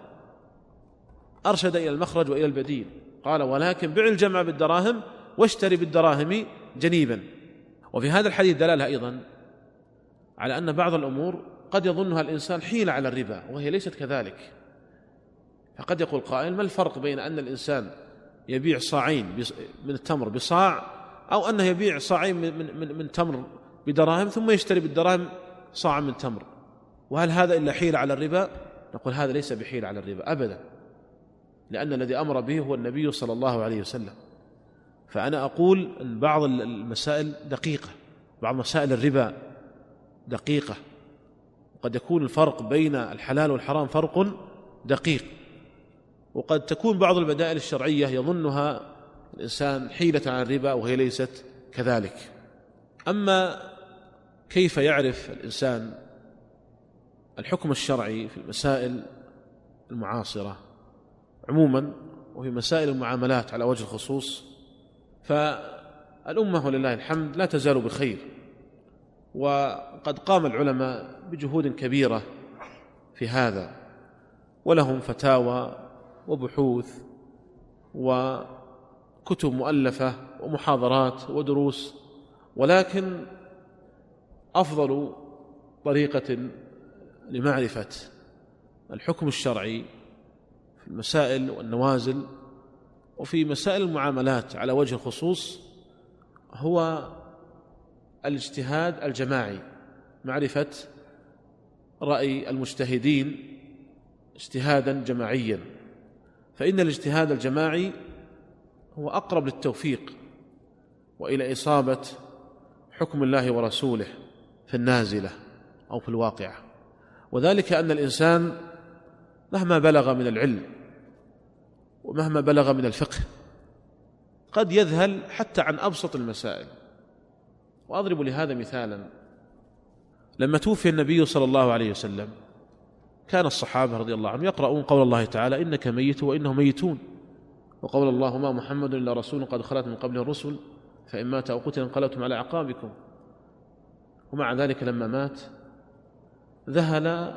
[SPEAKER 2] أرشد إلى المخرج وإلى البديل. قال ولكن بع الجمع بالدراهم واشتري بالدراهم جنيبا. وفي هذا الحديث دلالة أيضا على أن بعض الأمور قد يظنها الإنسان حيلة على الربا وهي ليست كذلك. فقد يقول قائل ما الفرق بين أن الإنسان يبيع صاعين من التمر بصاع، أو أنه يبيع صاعين من, من, من تمر بدراهم ثم يشتري بالدراهم صاع من تمر، وهل هذا إلا حيلة على الربا؟ نقول هذا ليس بحيلة على الربا أبدا، لأن الذي أمر به هو النبي صلى الله عليه وسلم. فأنا أقول أن بعض المسائل دقيقة، بعض مسائل الربا دقيقة، وقد يكون الفرق بين الحلال والحرام فرق دقيق، وقد تكون بعض البدائل الشرعية يظنها الإنسان حيلة عن الربا وهي ليست كذلك. أما كيف يعرف الإنسان الحكم الشرعي في المسائل المعاصرة عموما وفي مسائل المعاملات على وجه الخصوص، فالأمة ولله الحمد لا تزال بخير، وقد قام العلماء بجهود كبيرة في هذا، ولهم فتاوى وبحوث وكتب مؤلفة ومحاضرات ودروس. ولكن أفضل طريقة لمعرفة الحكم الشرعي في المسائل والنوازل وفي مسائل المعاملات على وجه الخصوص هو الاجتهاد الجماعي، معرفة رأي المجتهدين اجتهادا جماعيا، فإن الاجتهاد الجماعي هو أقرب للتوفيق وإلى إصابة حكم الله ورسوله في النازلة أو في الواقعة. وذلك أن الإنسان مهما بلغ من العلم ومهما بلغ من الفقه قد يذهل حتى عن أبسط المسائل. وأضرب لهذا مثالا: لما توفي النبي صلى الله عليه وسلم كان الصحابة رضي الله عنهم يقرؤون قول الله تعالى إنك ميت وإنهم ميتون، وقول الله ما محمد إلا رسول قد خلت من قبله الرسل فإن مات أو قتل انقلبتم على أعقابكم. ومع ذلك لما مات ذهل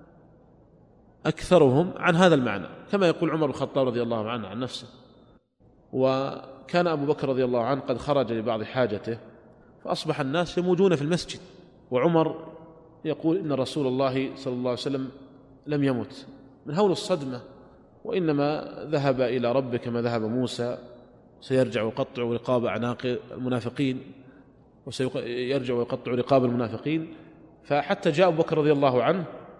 [SPEAKER 2] أكثرهم عن هذا المعنى، كما يقول عمر بن الخطاب رضي الله عنه عن نفسه. وكان أبو بكر رضي الله عنه قد خرج لبعض حاجته فأصبح الناس يموجون في المسجد، وعمر يقول إن رسول الله صلى الله عليه وسلم لم يمت من هول الصدمة، وإنما ذهب إلى ربه كما ذهب موسى، سيرجع ويقطع رقاب أعناق المنافقين، وسيرجع ويقطع رقاب المنافقين. فحتى جاء أبو بكر رضي الله عنه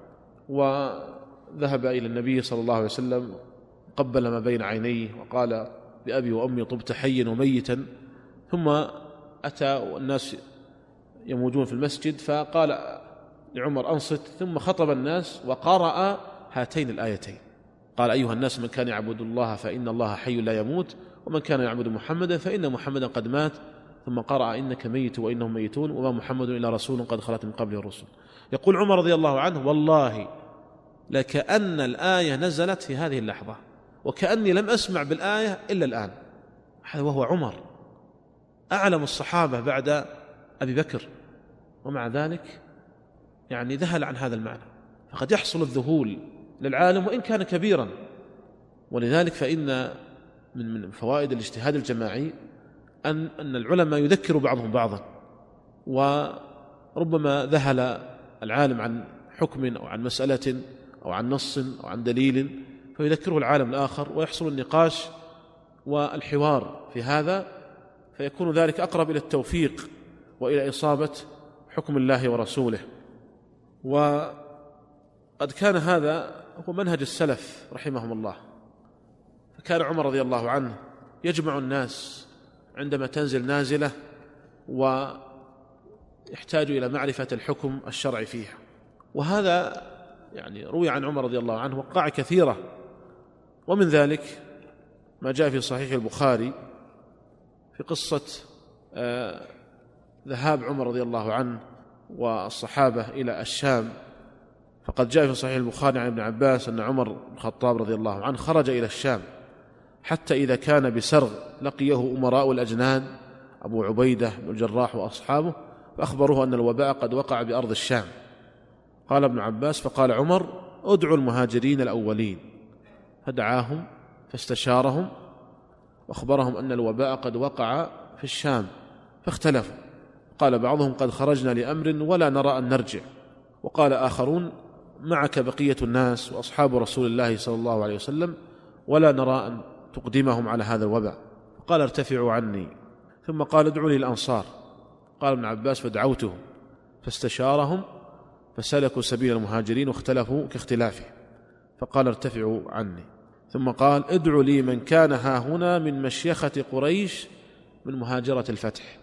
[SPEAKER 2] وذهب إلى النبي صلى الله عليه وسلم، قبل ما بين عينيه وقال بأبي وأمي طبت حيا وميتا. ثم أتى والناس يموجون في المسجد فقال لعمر أنصت، ثم خطب الناس وقرأ هاتين الآيتين، قال أيها الناس من كان يعبد الله فإن الله حي لا يموت، ومن كان يعبد محمدا فإن محمدا قد مات، ثم قرأ إنك ميت وإنهم ميتون وما محمد إلا رسول قد خلت من قبله الرسل. يقول عمر رضي الله عنه والله لكأن الآية نزلت في هذه اللحظة، وكأني لم أسمع بالآية إلا الآن. هذا وهو عمر أعلم الصحابة بعد أبي بكر، ومع ذلك يعني ذهل عن هذا المعنى. فقد يحصل الذهول للعالم وإن كان كبيرا، ولذلك فإن من فوائد الاجتهاد الجماعي أن أن العلماء يذكر بعضهم بعضا، وربما ذهل العالم عن حكم أو عن مسألة أو عن نص أو عن دليل فيذكره العالم الآخر، ويحصل النقاش والحوار في هذا، فيكون ذلك أقرب إلى التوفيق وإلى إصابة حكم الله ورسوله. وقد كان هذا هو منهج السلف رحمهم الله. فكان عمر رضي الله عنه يجمع الناس عندما تنزل نازلة ويحتاج إلى معرفة الحكم الشرعي فيها، وهذا يعني روي عن عمر رضي الله عنه وقع كثيرة. ومن ذلك ما جاء في صحيح البخاري في قصة آه ذهاب عمر رضي الله عنه والصحابة إلى الشام. فقد جاء في صحيح البخاري عن ابن عباس أن عمر بن الخطاب رضي الله عنه خرج إلى الشام حتى إذا كان بسرغ لقيه أمراء الأجناد أبو عبيدة بن الجراح وأصحابه، فأخبروه أن الوباء قد وقع بأرض الشام. قال ابن عباس فقال عمر ادعوا المهاجرين الأولين، فدعاهم فاستشارهم وأخبرهم أن الوباء قد وقع في الشام، فاختلفوا. قال بعضهم قد خرجنا لأمر ولا نرى أن نرجع، وقال آخرون معك بقية الناس وأصحاب رسول الله صلى الله عليه وسلم ولا نرى أن تقدمهم على هذا الوباء. قال ارتفعوا عني. ثم قال ادعوا لي الأنصار. قال ابن عباس فدعوتهم فاستشارهم فسلكوا سبيل المهاجرين واختلفوا كاختلافه، فقال ارتفعوا عني. ثم قال ادعوا لي من كان ها هنا من مشيخة قريش من مهاجرة الفتح.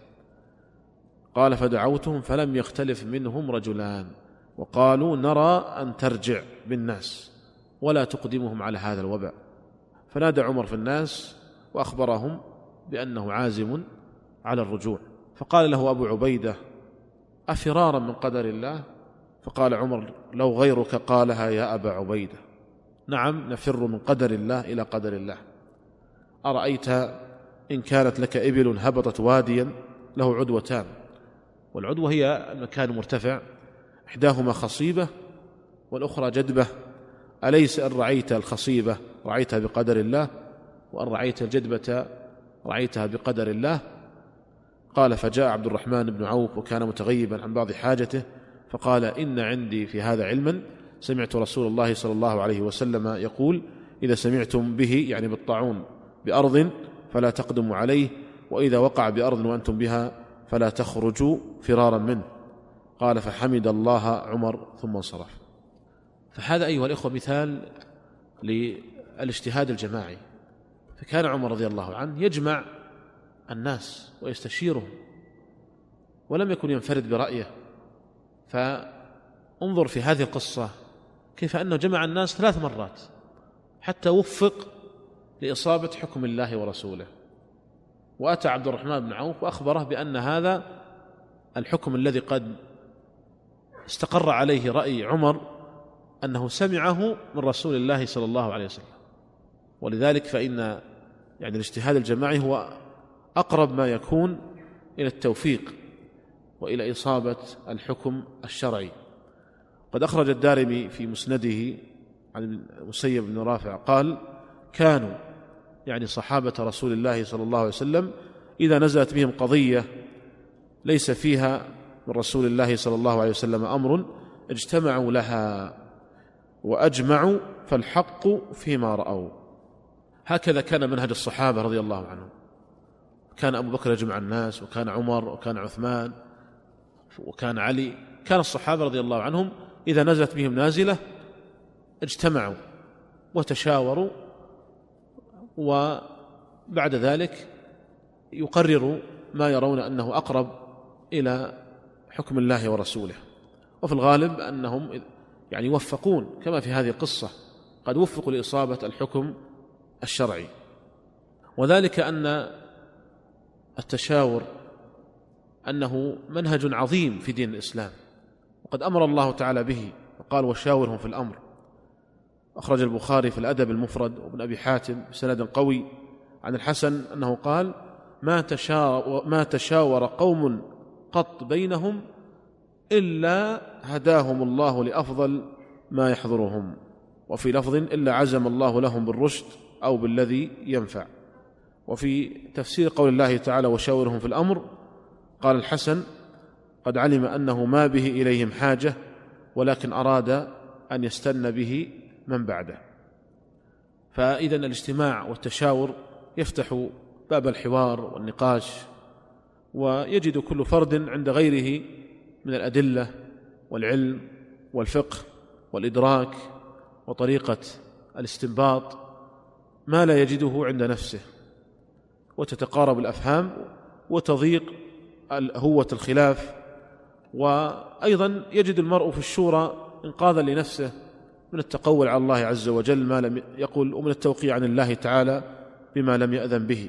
[SPEAKER 2] قال فدعوتهم فلم يختلف منهم رجلان، وقالوا نرى أن ترجع بالناس ولا تقدمهم على هذا الوباء. فنادى عمر في الناس وأخبرهم بأنه عازم على الرجوع. فقال له أبو عبيدة أفرارا من قدر الله؟ فقال عمر لو غيرك قالها يا أبا عبيدة نعم نفر من قدر الله إلى قدر الله. أرأيت إن كانت لك إبل هبطت واديا له عدوتان، والعدوة هي المكان المرتفع، إحداهما خصيبة والأخرى جدبة، أليس أن رعيت الخصيبة رعيتها بقدر الله، وأن رعيت الجدبة رعيتها بقدر الله؟ قال فجاء عبد الرحمن بن عوف وكان متغيبا عن بعض حاجته، فقال إن عندي في هذا علما، سمعت رسول الله صلى الله عليه وسلم يقول إذا سمعتم به يعني بالطاعون بأرض فلا تقدموا عليه، وإذا وقع بأرض وأنتم بها فلا تخرجوا فرارا منه. قال فحمد الله عمر ثم انصرف. فهذا أيها الإخوة مثال للاجتهاد الجماعي. فكان عمر رضي الله عنه يجمع الناس ويستشيرهم، ولم يكن ينفرد برأيه. فانظر في هذه القصة كيف أنه جمع الناس ثلاث مرات حتى وفق لإصابة حكم الله ورسوله. وأتى عبد الرحمن بن عوف وأخبره بأن هذا الحكم الذي قد استقر عليه رأي عمر أنه سمعه من رسول الله صلى الله عليه وسلم. ولذلك فإن يعني الاجتهاد الجماعي هو أقرب ما يكون إلى التوفيق وإلى إصابة الحكم الشرعي. قد أخرج الدارمي في مسنده عن المسيب بن رافع قال كانوا يعني صحابة رسول الله صلى الله عليه وسلم إذا نزلت بهم قضية ليس فيها من رسول الله صلى الله عليه وسلم أمر اجتمعوا لها وأجمعوا فالحق فيما رأوا. هكذا كان منهج الصحابة رضي الله عنهم. كان أبو بكر يجمع الناس، وكان عمر، وكان عثمان، وكان علي. كان الصحابة رضي الله عنهم إذا نزلت بهم نازلة اجتمعوا وتشاوروا، وبعد ذلك يقرروا ما يرون أنه أقرب إلى حكم الله ورسوله. وفي الغالب أنهم يعني يوفقون، كما في هذه القصة قد وفقوا لإصابة الحكم الشرعي. وذلك أن التشاور أنه منهج عظيم في دين الإسلام، وقد أمر الله تعالى به وقال وشاورهم في الأمر. أخرج البخاري في الأدب المفرد وابن أبي حاتم بسند قوي عن الحسن أنه قال ما تشاور, ما تشاور قوم قط بينهم إلا هداهم الله لأفضل ما يحضرهم، وفي لفظ إلا عزم الله لهم بالرشد أو بالذي ينفع. وفي تفسير قول الله تعالى وشاورهم في الأمر قال الحسن قد علم أنه ما به إليهم حاجة، ولكن أراد أن يستن به من بعده. فإذا الاجتماع والتشاور يفتح باب الحوار والنقاش، ويجد كل فرد عند غيره من الأدلة والعلم والفقه والإدراك وطريقة الاستنباط ما لا يجده عند نفسه، وتتقارب الأفهام وتضيق هوة الخلاف. وأيضا يجد المرء في الشورى إنقاذا لنفسه من التقول على الله عز وجل ما لم يقل، ومن التوقيع عن الله تعالى بما لم يأذن به.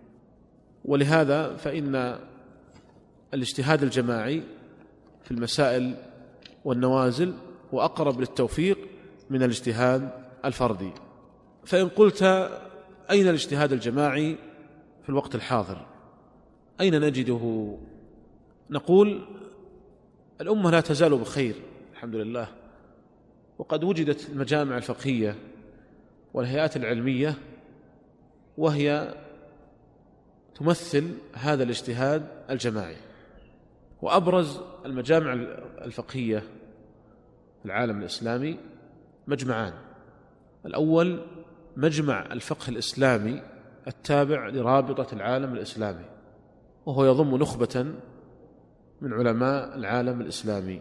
[SPEAKER 2] ولهذا فإن الاجتهاد الجماعي في المسائل والنوازل هو أقرب للتوفيق من الاجتهاد الفردي. فإن قلت أين الاجتهاد الجماعي في الوقت الحاضر؟ أين نجده؟ نقول الأمة لا تزال بخير الحمد لله، وقد وجدت المجامع الفقهية والهيئات العلمية وهي تمثل هذا الاجتهاد الجماعي. وأبرز المجامع الفقهية في العالم الإسلامي مجمعان: الأول مجمع الفقه الإسلامي التابع لرابطة العالم الإسلامي، وهو يضم نخبة من علماء العالم الإسلامي،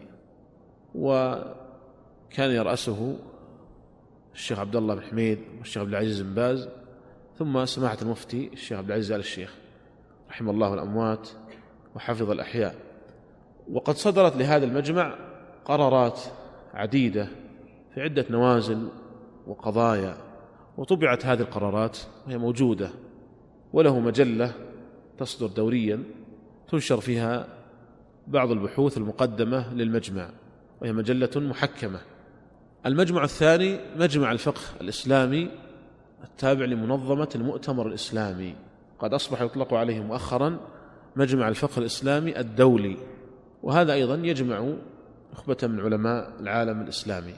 [SPEAKER 2] وكان يرأسه الشيخ عبد الله بن حميد والشيخ عبد العزيز بن باز، ثم سماحة المفتي الشيخ عبد العزيز آل الشيخ رحمه الله الأموات وحفظ الأحياء. وقد صدرت لهذا المجمع قرارات عديدة في عدة نوازل وقضايا، وطبعت هذه القرارات وهي موجودة، وله مجلة تصدر دوريا تنشر فيها بعض البحوث المقدمة للمجمع، وهي مجلة محكمة. المجمع الثاني مجمع الفقه الإسلامي التابع لمنظمة المؤتمر الإسلامي، قد أصبح يطلق عليه مؤخرا مجمع الفقه الإسلامي الدولي، وهذا أيضا يجمع نخبة من علماء العالم الإسلامي،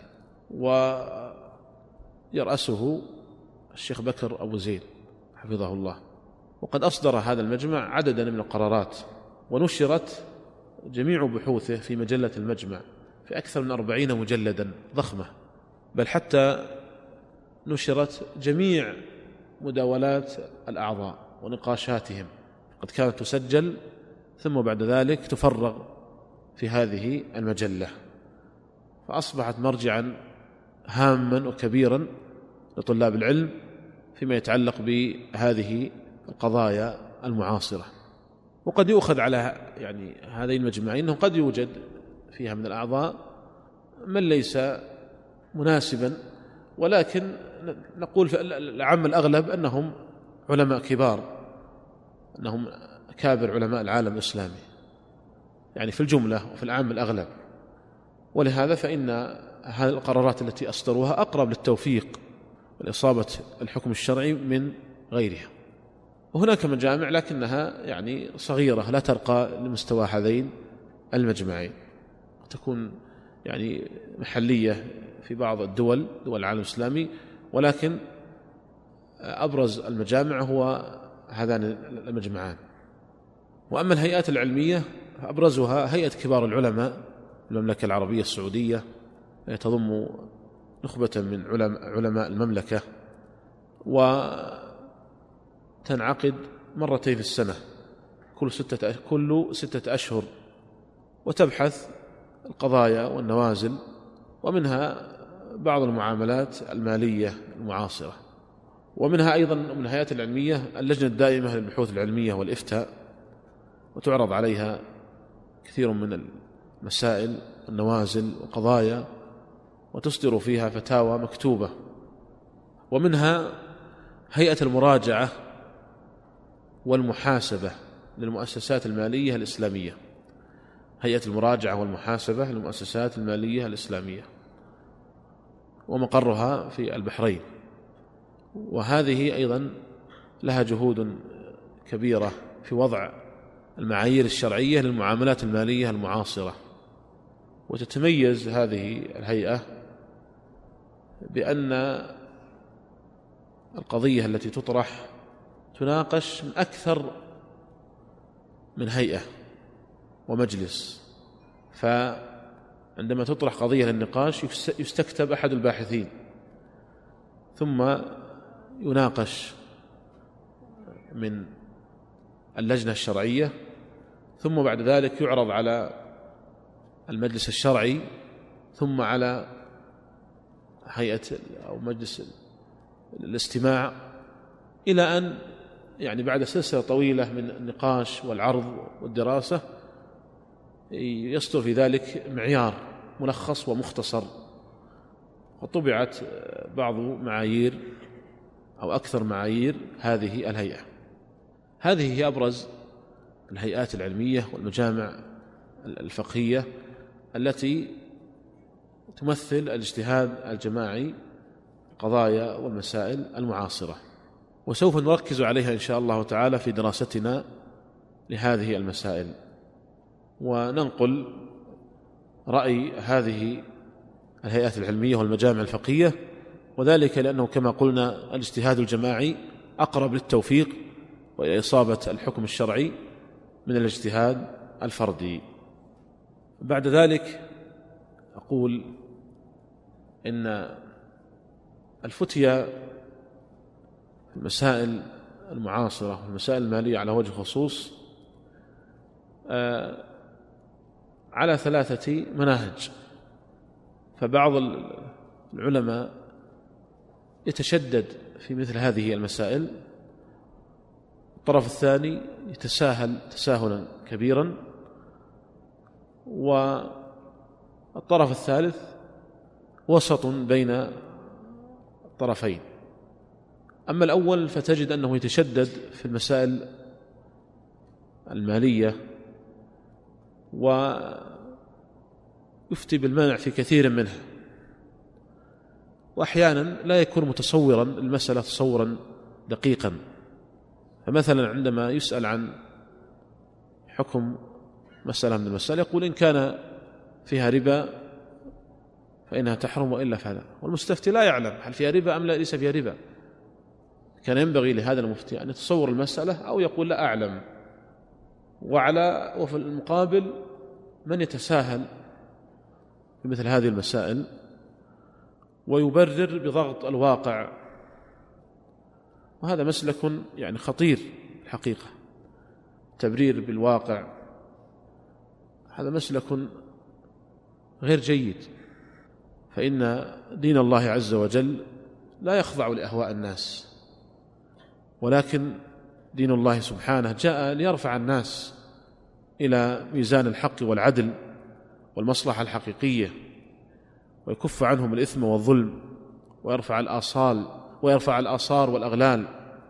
[SPEAKER 2] ويرأسه الشيخ بكر أبو زيد حفظه الله. وقد أصدر هذا المجمع عددا من القرارات، ونشرت جميع بحوثه في مجلة المجمع في أكثر من أربعين مجلدا ضخمة، بل حتى نشرت جميع مداولات الأعضاء ونقاشاتهم، قد كانت تسجل ثم بعد ذلك تفرغ في هذه المجلة، فأصبحت مرجعا هاما وكبيرا لطلاب العلم فيما يتعلق بهذه القضايا المعاصرة. وقد يؤخذ على يعني هذين المجمعين أنه قد يوجد فيها من الأعضاء من ليس مناسبا، ولكن نقول في العام الأغلب أنهم علماء كبار، أنهم كابر علماء العالم الإسلامي يعني في الجملة وفي العام الأغلب. ولهذا فإن هذه القرارات التي أصدروها أقرب للتوفيق والإصابة الحكم الشرعي من غيرها. وهناك مجامع لكنها يعني صغيرة لا ترقى لمستوى هذين المجمعين، تكون يعني محلية في بعض الدول دول العالم الإسلامي، ولكن أبرز المجامع هو هذان المجمعان. وأما الهيئات العلمية أبرزها هيئة كبار العلماء المملكة العربية السعودية، تضم نخبة من علماء المملكة، وتنعقد مرتين في السنة كل ستة, كل ستة أشهر، وتبحث القضايا والنوازل، ومنها بعض المعاملات المالية المعاصرة، ومنها أيضا من الهيئات العلمية اللجنة الدائمة للبحوث العلمية والإفتاء، وتعرض عليها كثير من المسائل والنوازل وقضايا، وتصدر فيها فتاوى مكتوبة. ومنها هيئة المراجعة والمحاسبة للمؤسسات المالية الإسلامية، هيئة المراجعة والمحاسبة للمؤسسات المالية الإسلامية، ومقرها في البحرين، وهذه أيضا لها جهود كبيرة في وضع المعايير الشرعية للمعاملات المالية المعاصرة. وتتميز هذه الهيئة بأن القضية التي تطرح تناقش من أكثر من هيئة ومجلس، فعندما تطرح قضية للنقاش يستكتب أحد الباحثين ثم يناقش من اللجنة الشرعية، ثم بعد ذلك يعرض على المجلس الشرعي، ثم على هيئة أو مجلس الاستماع، إلى أن يعني بعد سلسلة طويلة من النقاش والعرض والدراسة يصدر في ذلك معيار ملخص ومختصر، وطبعت بعض معايير أو أكثر معايير هذه الهيئة. هذه هي أبرز الهيئات العلمية والمجامع الفقهية التي تمثل الاجتهاد الجماعي القضايا والمسائل المعاصرة، وسوف نركز عليها إن شاء الله تعالى في دراستنا لهذه المسائل، وننقل رأي هذه الهيئات العلمية والمجامع الفقهية، وذلك لأنه كما قلنا الاجتهاد الجماعي أقرب للتوفيق وإلى إصابة الحكم الشرعي من الاجتهاد الفردي. بعد ذلك أقول إن الفتية في المسائل المعاصرة والمسائل المالية على وجه خصوص على ثلاثة مناهج، فبعض العلماء يتشدد في مثل هذه المسائل، الطرف الثاني يتساهل تساهلا كبيرا، والطرف الثالث وسط بين الطرفين. أما الأول فتجد أنه يتشدد في المسائل المالية ويفتي بالمنع في كثير منها، وأحيانا لا يكون متصورا المسألة تصورا دقيقا. فمثلا عندما يسأل عن حكم مسألة من المسائل يقول إن كان فيها ربا فإنها تحرم وإلا فلا، والمستفتي لا يعلم هل فيها ربا أم لا ليس فيها ربا. كان ينبغي لهذا المفتي أن يتصور المسألة أو يقول لا أعلم. وعلى وفي المقابل من يتساهل في مثل هذه المسائل ويبرر بضغط الواقع، وهذا مسلك يعني خطير الحقيقة. تبرير بالواقع هذا مسلك غير جيد، فإن دين الله عز وجل لا يخضع لأهواء الناس، ولكن دين الله سبحانه جاء ليرفع الناس إلى ميزان الحق والعدل والمصلحة الحقيقية، ويكف عنهم الإثم والظلم، ويرفع الآصال ويرفع الآصار والأغلال.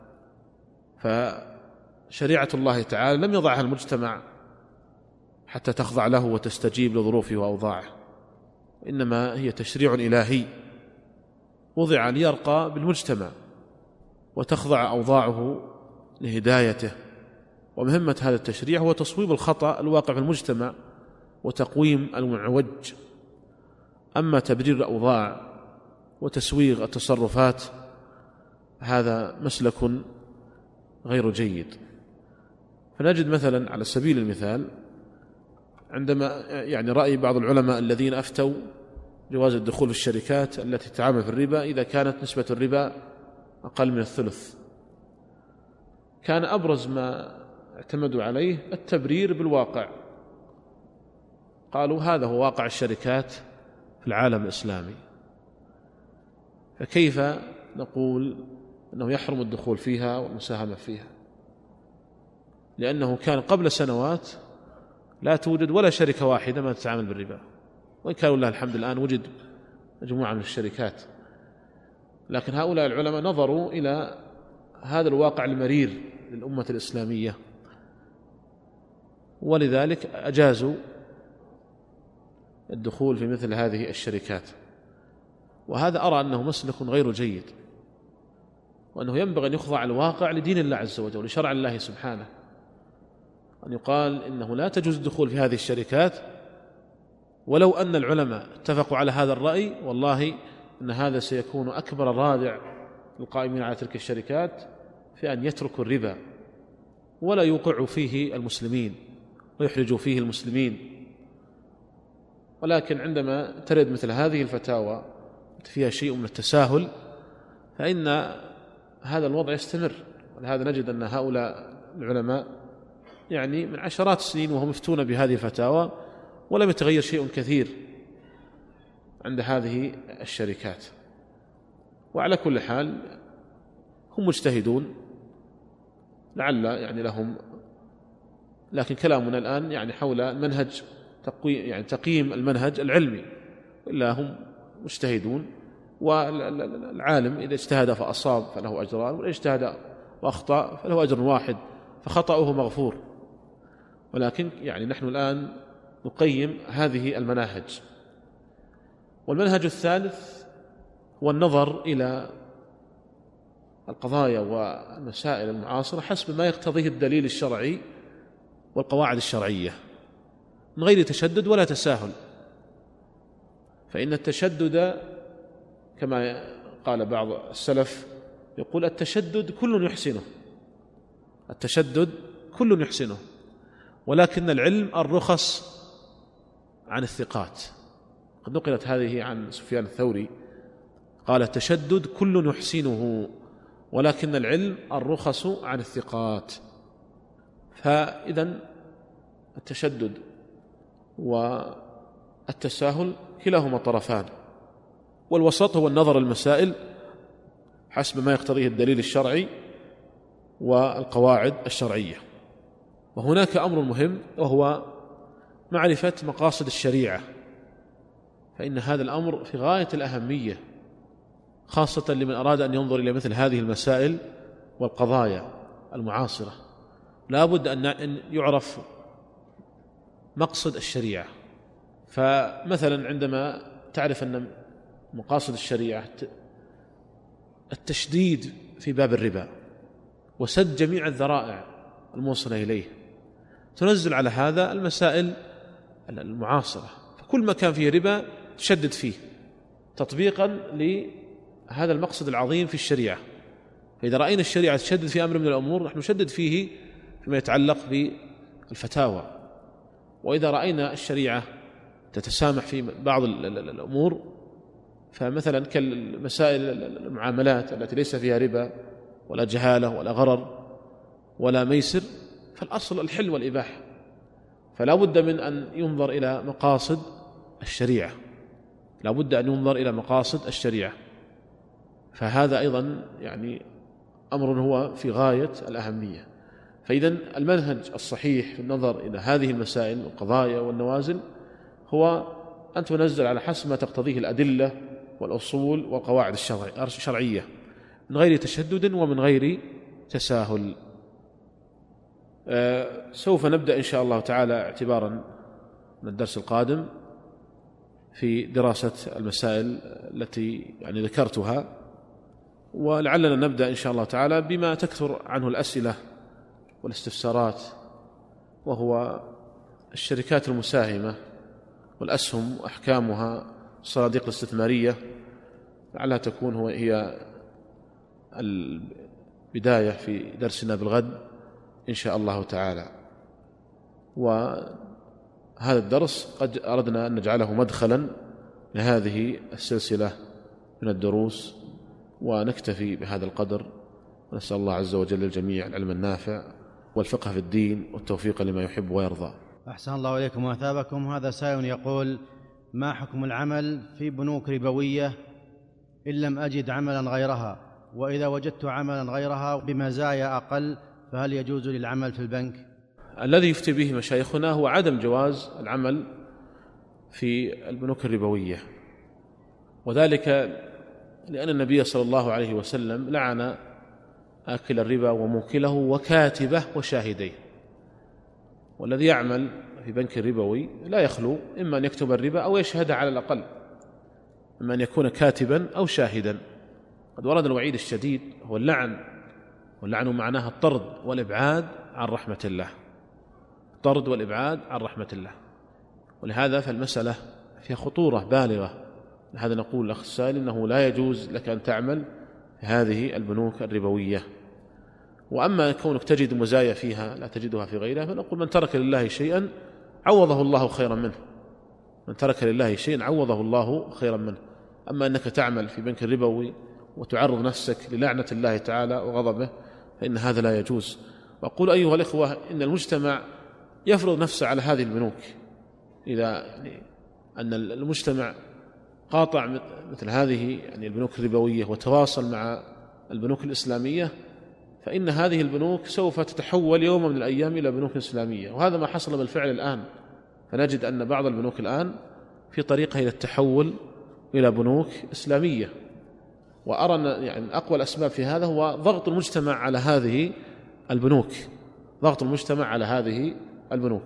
[SPEAKER 2] فشريعة الله تعالى لم يضعها المجتمع حتى تخضع له وتستجيب لظروفه وأوضاعه، إنما هي تشريع إلهي وضع ليرقى بالمجتمع وتخضع أوضاعه لهدايته. ومهمة هذا التشريع هو تصويب الخطأ الواقع في المجتمع وتقويم المعوج. أما تبرير الأوضاع وتسويغ التصرفات هذا مسلك غير جيد. فنجد مثلا على سبيل المثال عندما يعني رأي بعض العلماء الذين أفتوا جواز الدخول في الشركات التي تتعامل في الربا إذا كانت نسبة الربا أقل من الثلث. كان أبرز ما اعتمدوا عليه التبرير بالواقع، قالوا هذا هو واقع الشركات في العالم الإسلامي، فكيف نقول أنه يحرم الدخول فيها والمساهمة فيها؟ لأنه كان قبل سنوات لا توجد ولا شركة واحدة ما تتعامل بالربا، وإن كان لله الحمد الآن وجد مجموعة من الشركات، لكن هؤلاء العلماء نظروا إلى هذا الواقع المرير للأمة الإسلامية، ولذلك أجازوا الدخول في مثل هذه الشركات. وهذا أرى أنه مسلك غير جيد، وأنه ينبغي أن يخضع الواقع لدين الله عز وجل ولشرع الله سبحانه، أن يقال إنه لا تجوز الدخول في هذه الشركات، ولو أن العلماء اتفقوا على هذا الرأي والله أن هذا سيكون أكبر رادع للقائمين على تلك الشركات في أن يتركوا الربا ولا يوقعوا فيه المسلمين ويحرجوا فيه المسلمين. ولكن عندما ترد مثل هذه الفتاوى فيها شيء من التساهل فإن هذا الوضع يستمر. ولهذا نجد أن هؤلاء العلماء يعني من عشرات السنين وهم يفتون بهذه الفتاوى ولم يتغير شيء كثير عند هذه الشركات. وعلى كل حال هم مجتهدون لعل يعني لهم، لكن كلامنا الآن يعني حول المنهج يعني تقييم المنهج العلمي، إلا هم مجتهدون، والعالم إذا اجتهد فأصاب فله أجران، وإذا اجتهد وأخطأ فله أجر واحد فخطأه مغفور. ولكن يعني نحن الآن نقيم هذه المناهج. والمنهج الثالث هو النظر إلى القضايا والمسائل المعاصرة حسب ما يقتضيه الدليل الشرعي والقواعد الشرعية من غير تشدد ولا تساهل. فإن التشدد كما قال بعض السلف يقول التشدد كل يحسنه، التشدد كل يحسنه، ولكن العلم الرخص عن الثقات. قد نقلت هذه عن سفيان الثوري قال التشدد كل يحسنه ولكن العلم الرخص عن الثقات. فإذن التشدد والتساهل كلاهما طرفان، والوسط هو النظر المسائل حسب ما يقتضيه الدليل الشرعي والقواعد الشرعية. وهناك أمر مهم وهو معرفة مقاصد الشريعة، فإن هذا الأمر في غاية الأهمية خاصة لمن أراد أن ينظر إلى مثل هذه المسائل والقضايا المعاصرة. لا بد أن يعرف مقصد الشريعة. فمثلا عندما تعرف أن مقاصد الشريعة التشديد في باب الربا وسد جميع الذرائع الموصلة إليه، تنزل على هذا المسائل المعاصرة، فكل ما كان فيه ربا تشدد فيه تطبيقا لهذا المقصد العظيم في الشريعة. فإذا رأينا الشريعة تشدد في أمر من الأمور نحن نشدد فيه فيما يتعلق بالفتاوى، وإذا رأينا الشريعة تتسامح في بعض الأمور فمثلا كالمسائل المعاملات التي ليس فيها ربا ولا جهالة ولا غرر ولا ميسر فالأصل الحل والإباحة. فلا بد من أن ينظر إلى مقاصد الشريعة، لا بد أن ينظر إلى مقاصد الشريعة. فهذا أيضا يعني أمر هو في غاية الأهمية. فإذن المنهج الصحيح في النظر إلى هذه المسائل والقضايا والنوازل هو أن تنزل على حسب ما تقتضيه الأدلة والأصول والقواعد الشرعية من غير تشدد ومن غير تساهل. آه سوف نبدأ إن شاء الله تعالى اعتبارا من الدرس القادم في دراسة المسائل التي يعني ذكرتها، ولعلنا نبدأ إن شاء الله تعالى بما تكثر عنه الأسئلة والاستفسارات، وهو الشركات المساهمة والأسهم وأحكامها الصناديق الاستثمارية. لعلها تكون هي البداية في درسنا بالغد إن شاء الله تعالى. وهذا هذا الدرس قد أردنا أن نجعله مدخلا لهذه السلسلة من الدروس، ونكتفي بهذا القدر، ونسأل الله عز وجل الجميع العلم النافع والفقه في الدين والتوفيق لما يحب ويرضى.
[SPEAKER 3] أحسن الله إليكم وأثابكم. هذا سائل يقول: ما حكم العمل في بنوك ربوية إن لم أجد عملا غيرها، وإذا وجدت عملا غيرها بمزايا أقل فهل يجوز للعمل في البنك؟
[SPEAKER 2] الذي يفتي به مشايخنا هو عدم جواز العمل في البنوك الربوية، وذلك لأن النبي صلى الله عليه وسلم لعن آكل الربا وموكله وكاتبه وشاهديه. والذي يعمل في بنك ربوي لا يخلو إما أن يكتب الربا أو يشهد على الأقل، إما أن يكون كاتبا أو شاهدا. قد ورد الوعيد الشديد هو اللعن، واللعن معناها الطرد والإبعاد عن رحمة الله، الطرد والإبعاد عن رحمة الله. ولهذا فالمسألة فيها خطورة بالغة. لهذا نقول الأخ السائل إنه لا يجوز لك أن تعمل في هذه البنوك الربوية. وأما كونك تجد مزايا فيها لا تجدها في غيرها، فنقول من ترك لله شيئا عوضه الله خيرا منه، من ترك لله شيئا عوضه الله خيرا منه. أما أنك تعمل في بنك ربوي وتعرض نفسك للعنة الله تعالى وغضبه فإن هذا لا يجوز. وأقول أيها الإخوة إن المجتمع يفرض نفسه على هذه البنوك. إذا يعني أن المجتمع قاطع مثل هذه يعني البنوك الربوية وتواصل مع البنوك الإسلامية، فإن هذه البنوك سوف تتحول يوم من الأيام إلى بنوك إسلامية، وهذا ما حصل بالفعل الآن. فنجد أن بعض البنوك الآن في طريقها إلى التحول إلى بنوك إسلامية. وأرى يعني أقوى الأسباب في هذا هو ضغط المجتمع على هذه البنوك، ضغط المجتمع على هذه البنوك.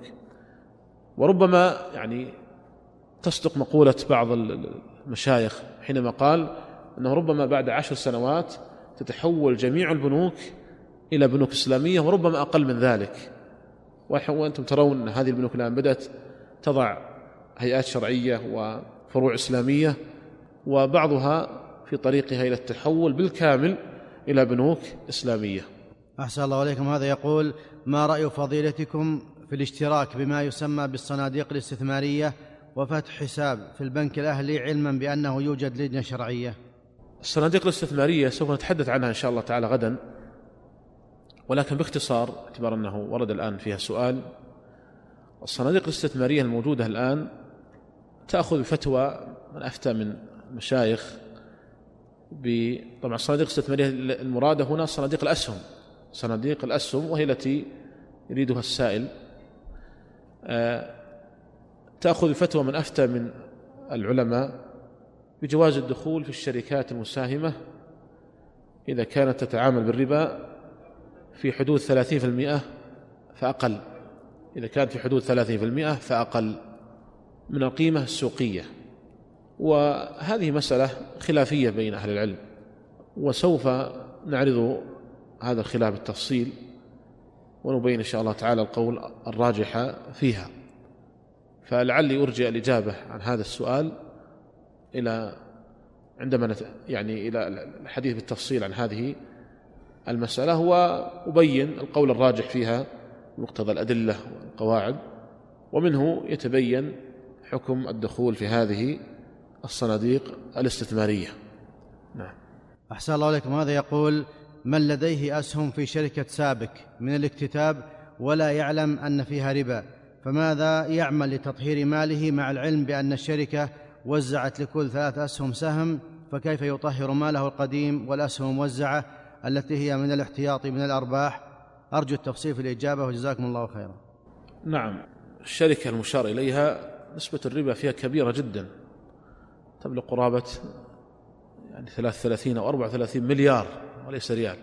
[SPEAKER 2] وربما يعني تصدق مقولة بعض المشايخ حينما قال أنه ربما بعد عشر سنوات تتحول جميع البنوك إلى بنوك إسلامية، وربما أقل من ذلك. وأنتم ترون أن هذه البنوك الآن بدأت تضع هيئات شرعية وفروع إسلامية، وبعضها في طريقها إلى التحول بالكامل إلى بنوك إسلامية.
[SPEAKER 3] أحسن الله عليكم. هذا يقول: ما رأي فضيلتكم في الاشتراك بما يسمى بالصناديق الاستثمارية وفتح حساب في البنك الأهلي علما بأنه يوجد لجنة شرعية؟
[SPEAKER 2] الصناديق الاستثمارية سوف نتحدث عنها إن شاء الله تعالى غدا، ولكن باختصار اعتبار أنه ورد الآن فيها سؤال. الصناديق الاستثمارية الموجودة الآن تأخذ بفتوى من أفتى من المشايخ. طبعا الصناديق الاستثمارية المرادة هنا صناديق الأسهم، صناديق الأسهم وهي التي يريدها السائل. تأخذ بفتوى من أفتى من العلماء بجواز الدخول في الشركات المساهمة إذا كانت تتعامل بالربا في حدود ثلاثين بالمئة فأقل، إذا كانت في حدود ثلاثين بالمئة فأقل من القيمة السوقية. وهذه مسألة خلافية بين أهل العلم، وسوف نعرض هذا الخلاف بالتفصيل ونبين إن شاء الله تعالى القول الراجح فيها. فلعلي أرجع الإجابة عن هذا السؤال إلى عندما نت... يعني إلى الحديث بالتفصيل عن هذه المسألة، وأبين القول الراجح فيها بمقتضى الأدلة والقواعد، ومنه يتبين حكم الدخول في هذه الصناديق الاستثمارية. نعم.
[SPEAKER 3] أحسن الله عليكم. هذا يقول: من لديه أسهم في شركة سابك من الاكتتاب ولا يعلم أن فيها ربا، فماذا يعمل لتطهير ماله مع العلم بأن الشركة وزعت لكل ثلاث أسهم سهم، فكيف يطهر ماله القديم والأسهم موزعة التي هي من الاحتياط من الأرباح؟ أرجو التفصيل في الإجابة وجزاكم الله خيرا.
[SPEAKER 2] نعم، الشركة المشار إليها نسبة الربا فيها كبيرة جدا، تبلغ قرابة يعني ثلاث ثلاثين أو أربع ثلاثين مليار وليس ريال.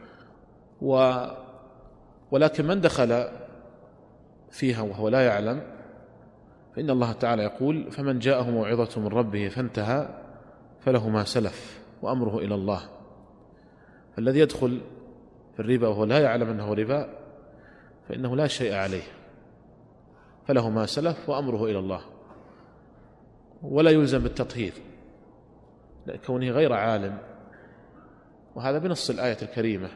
[SPEAKER 2] و ولكن من دخل فيها وهو لا يعلم فإن الله تعالى يقول: فمن جاءه موعظة من ربه فانتهى فله ما سلف وأمره إلى الله. فالذي يدخل في الربا وهو لا يعلم أنه ربا فإنه لا شيء عليه، فله ما سلف وأمره إلى الله، ولا يلزم بالتطهير لكونه غير عالم، وهذا بنص الآية الكريمة: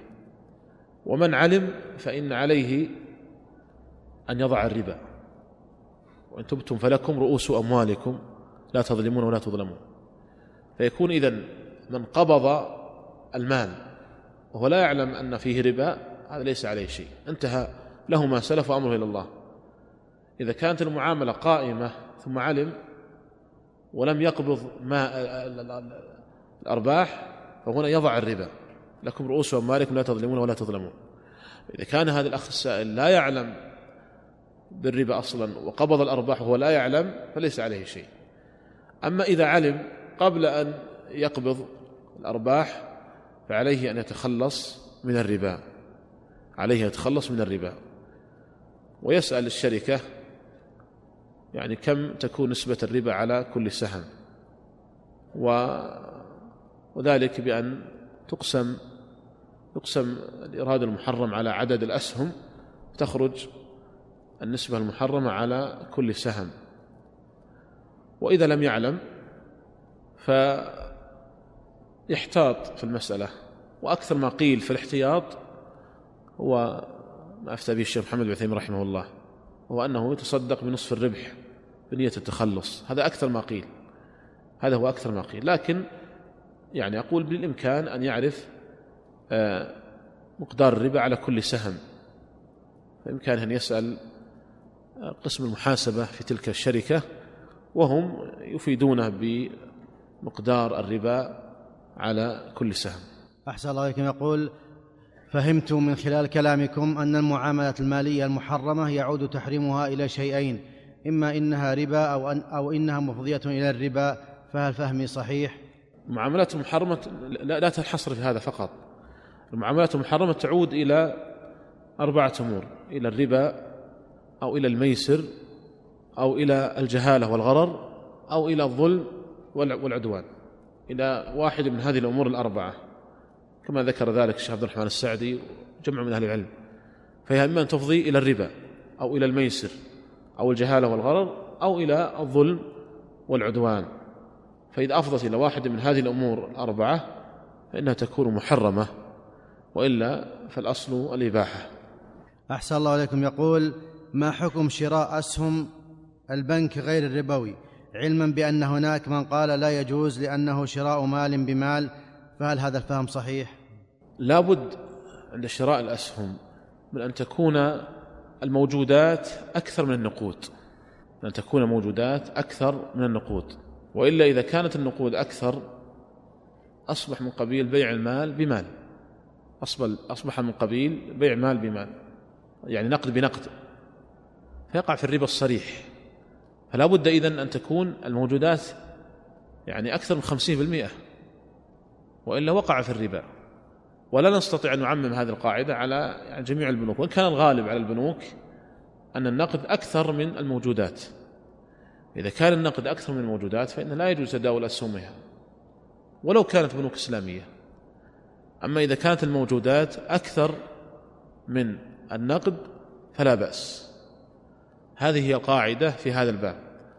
[SPEAKER 2] ومن علم فإن عليه أن يضع الربا، وإن تبتم فلكم رؤوس أموالكم لا تظلمون ولا تظلمون. فيكون إذن من قبض المال وهو لا يعلم أن فيه ربا هذا ليس عليه شيء، انتهى له ما سلف وأمره إلى الله. إذا كانت المعاملة قائمة ثم علم ولم يقبض ما الأرباح فهنا يضع الربا، لكم رؤوس أموالكم لا تظلمون ولا تظلمون. إذا كان هذا الأخ السائل لا يعلم بالربا أصلا وقبض الأرباح وهو لا يعلم فليس عليه شيء. أما إذا علم قبل أن يقبض الأرباح فعليه أن يتخلص من الربا، عليه أن يتخلص من الربا، ويسأل الشركة يعني كم تكون نسبة الربا على كل سهم، وذلك بأن تقسم يقسم الإيراد المحرم على عدد الأسهم، تخرج النسبة المحرمة على كل سهم. وإذا لم يعلم فيحتاط في المسألة، وأكثر ما قيل في الاحتياط هو ما أفتى به الشيخ محمد بن عثيمين رحمه الله، هو أنه يتصدق بنصف الربح بنية التخلص، هذا أكثر ما قيل، هذا هو أكثر ما قيل. لكن يعني أقول بالإمكان أن يعرف مقدار الربا على كل سهم، بإمكانه أن يسأل قسم المحاسبة في تلك الشركة وهم يفيدونه بمقدار الربا على كل سهم.
[SPEAKER 3] أحسن الله إليكم. يقول: فهمت من خلال كلامكم أن المعاملات المالية المحرمة يعود تحريمها إلى شيئين، إما إنها ربا أو, أن أو إنها مفضية إلى الربا، فهل فهمي صحيح؟
[SPEAKER 2] المعاملات المحرمة لا, لا تنحصر في هذا فقط، المعاملات المحرمة تعود إلى أربعة أمور: إلى الربا أو إلى الميسر أو إلى الجهالة والغرر أو إلى الظلم والعدوان، إلى واحد من هذه الأمور الأربعة كما ذكر ذلك الشيخ عبد الرحمن السعدي وجمع من أهل العلم. فهي إما أن تفضي إلى الربا أو إلى الميسر أو الجهالة والغرر أو إلى الظلم والعدوان. فإذا أفضت إلى واحد من هذه الأمور الأربعة فإنها تكون محرمة، وإلا فالأصل الإباحة.
[SPEAKER 3] أحسن الله عليكم. يقول: ما حكم شراء أسهم البنك غير الربوي، علما بأن هناك من قال لا يجوز لأنه شراء مال بمال، فهل هذا الفهم صحيح؟
[SPEAKER 2] لا بد عند شراء الأسهم من أن تكون الموجودات أكثر من النقود، أن تكون موجودات أكثر من النقود، وإلا إذا كانت النقود أكثر أصبح من قبيل بيع المال بمال، أصبح من قبيل بيع مال بمال، يعني نقد بنقد، فيقع في الربا الصريح. فلا بد إذن أن تكون الموجودات يعني أكثر من خمسين بالمئة، وإلا وقع في الربا. ولا نستطيع أن نعمم هذه القاعدة على يعني جميع البنوك، وإن كان الغالب على البنوك أن النقد أكثر من الموجودات. إذا كان النقد أكثر من الموجودات فإن لا يجوز تداول أسهمها ولو كانت بنوك إسلامية. أما إذا كانت الموجودات أكثر من النقد فلا بأس. هذه هي القاعدة في هذا الباب،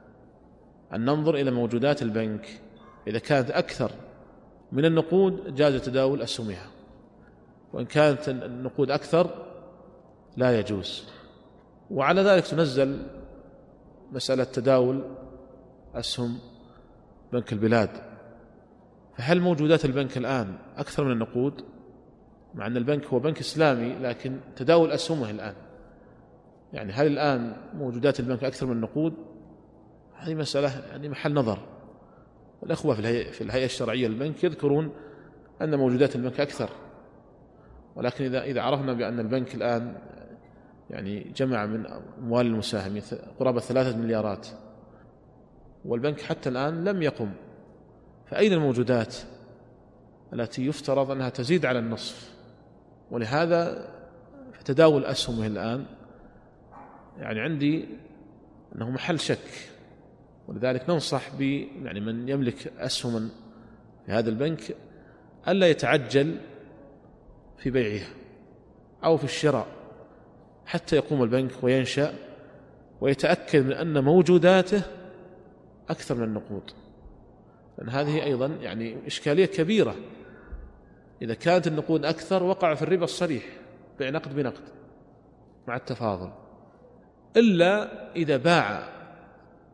[SPEAKER 2] أن ننظر إلى موجودات البنك، إذا كانت أكثر من النقود جاز تداول أسهمها، وإن كانت النقود أكثر لا يجوز. وعلى ذلك تنزل مسألة تداول أسهم بنك البلاد. فهل موجودات البنك الآن أكثر من النقود، مع أن البنك هو بنك إسلامي لكن تداول أسهمه الآن، يعني هل الآن موجودات البنك أكثر من النقود؟ هذه مسألة يعني محل نظر. والأخوة في الهيئة, في الهيئة الشرعية للبنك يذكرون أن موجودات البنك أكثر، ولكن إذا إذا عرفنا بأن البنك الآن يعني جمع من أموال المساهمين قرابة ثلاثة مليارات، والبنك حتى الآن لم يقم، فأين الموجودات التي يفترض أنها تزيد على النصف؟ ولهذا فتداول أسهمه الآن يعني عندي أنه محل شك. ولذلك ننصح ب يعني من يملك أسهم في هذا البنك ألا يتعجل في بيعها أو في الشراء حتى يقوم البنك وينشأ ويتأكد من أن موجوداته أكثر من النقود، لأن هذه أيضا يعني إشكالية كبيرة. إذا كانت النقود أكثر وقع في الربا الصريح، بيع نقد بنقد مع التفاضل، إلا إذا باع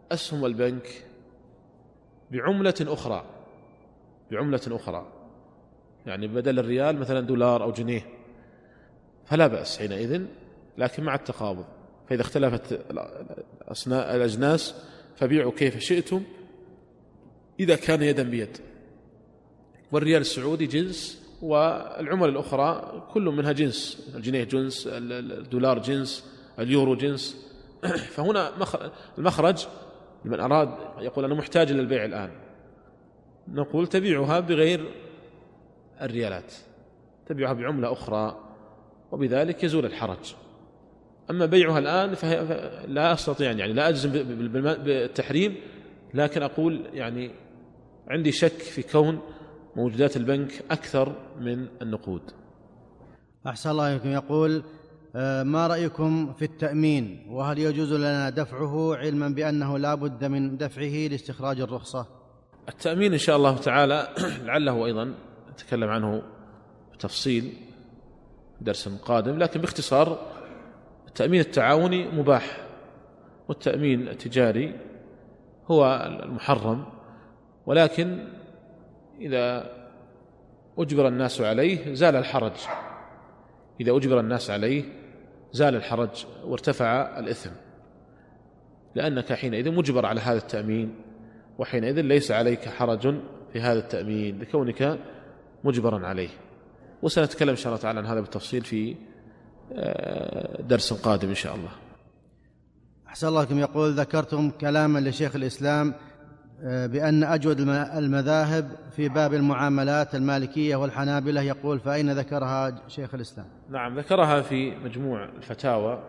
[SPEAKER 2] أسهم البنك بعملة أخرى بعملة أخرى يعني بدل الريال مثلا دولار أو جنيه، فلا بأس حينئذ، لكن مع التقابض. فإذا اختلفت الأجناس فبيعوا كيف شئتم إذا كان يدا بيد. والريال السعودي جنس والعمل الأخرى كل منها جنس، الجنيه جنس، الدولار جنس، اليورو جنس. فهنا المخرج لمن أراد يقول أنا محتاج إلى البيع الآن، نقول تبيعها بغير الريالات، تبيعها بعملة أخرى، وبذلك يزول الحرج. أما بيعها الآن فلا أستطيع يعني لا أجزم بالتحريم، لكن أقول يعني عندي شك في كون موجودات البنك أكثر من النقود.
[SPEAKER 3] أحسن الله إليكم. يقول ما رأيكم في التأمين، وهل يجوز لنا دفعه علما بأنه لا بد من دفعه لاستخراج الرخصة؟
[SPEAKER 2] التأمين إن شاء الله تعالى لعله أيضا نتكلم عنه بتفصيل درس قادم، لكن باختصار التأمين التعاوني مباح، والتأمين التجاري هو المحرم، ولكن إذا أجبر الناس عليه زال الحرج، إذا أجبر الناس عليه زال الحرج وارتفع الإثم، لأنك حينئذ مجبر على هذا التأمين، وحينئذ ليس عليك حرج في هذا التأمين لكونك مجبرا عليه. وسنتكلم إن شاء الله تعالى عن هذا بالتفصيل في درس قادم إن شاء الله.
[SPEAKER 3] أحسن الله لكم. يقول ذكرتم كلاما لشيخ الإسلام بأن أجود المذاهب في باب المعاملات المالكية والحنابلة، يقول فأين ذكرها شيخ الإسلام؟
[SPEAKER 2] نعم ذكرها في مجموع الفتاوى،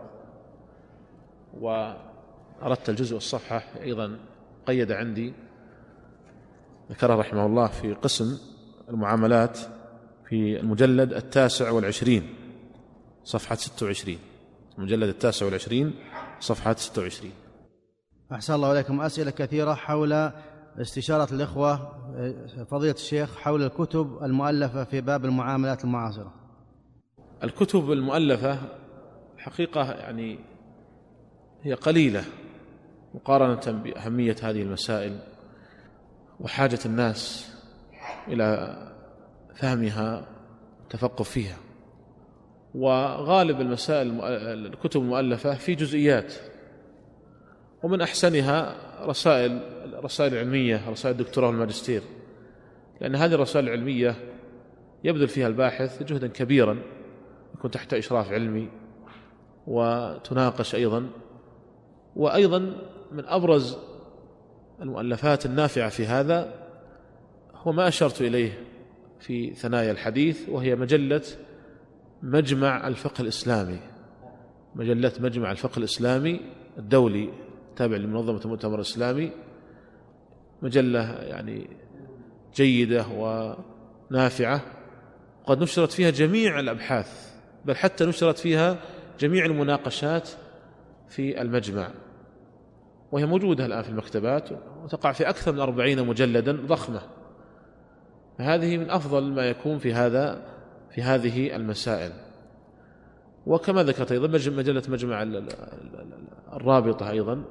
[SPEAKER 2] وأردت الجزء الصفحة أيضا قيد عندي، ذكرها رحمه الله في قسم المعاملات في المجلد التاسع والعشرين صفحة ستة وعشرين، المجلد التاسع والعشرين صفحة ستة وعشرين.
[SPEAKER 3] أحسن الله إليكم. أسئلة كثيرة حول استشارة الإخوة فضيلة الشيخ حول الكتب المؤلفة في باب المعاملات المعاصرة.
[SPEAKER 2] الكتب المؤلفة حقيقة يعني هي قليلة مقارنة بأهمية هذه المسائل وحاجة الناس إلى فهمها والتفقه فيها. وغالب المسائل الكتب المؤلفة في جزئيات، ومن أحسنها رسائل رسائل علمية، رسائل الدكتوراه والماجستير، لأن هذه الرسائل العلمية يبذل فيها الباحث جهدا كبيرا، يكون تحت إشراف علمي وتناقش أيضا. وأيضا من أبرز المؤلفات النافعة في هذا هو ما أشرت إليه في ثنايا الحديث، وهي مجلة مجمع الفقه الإسلامي، مجلة مجمع الفقه الإسلامي الدولي تابع لمنظمة المؤتمر الإسلامي، مجلة يعني جيدة ونافعة، وقد نشرت فيها جميع الأبحاث، بل حتى نشرت فيها جميع المناقشات في المجمع، وهي موجودة الآن في المكتبات وتقع في أكثر من أربعين مجلدا ضخمة. فهذه من أفضل ما يكون في هذا في هذه المسائل. وكما ذكرت أيضا مجلة مجمع الرابطة أيضا،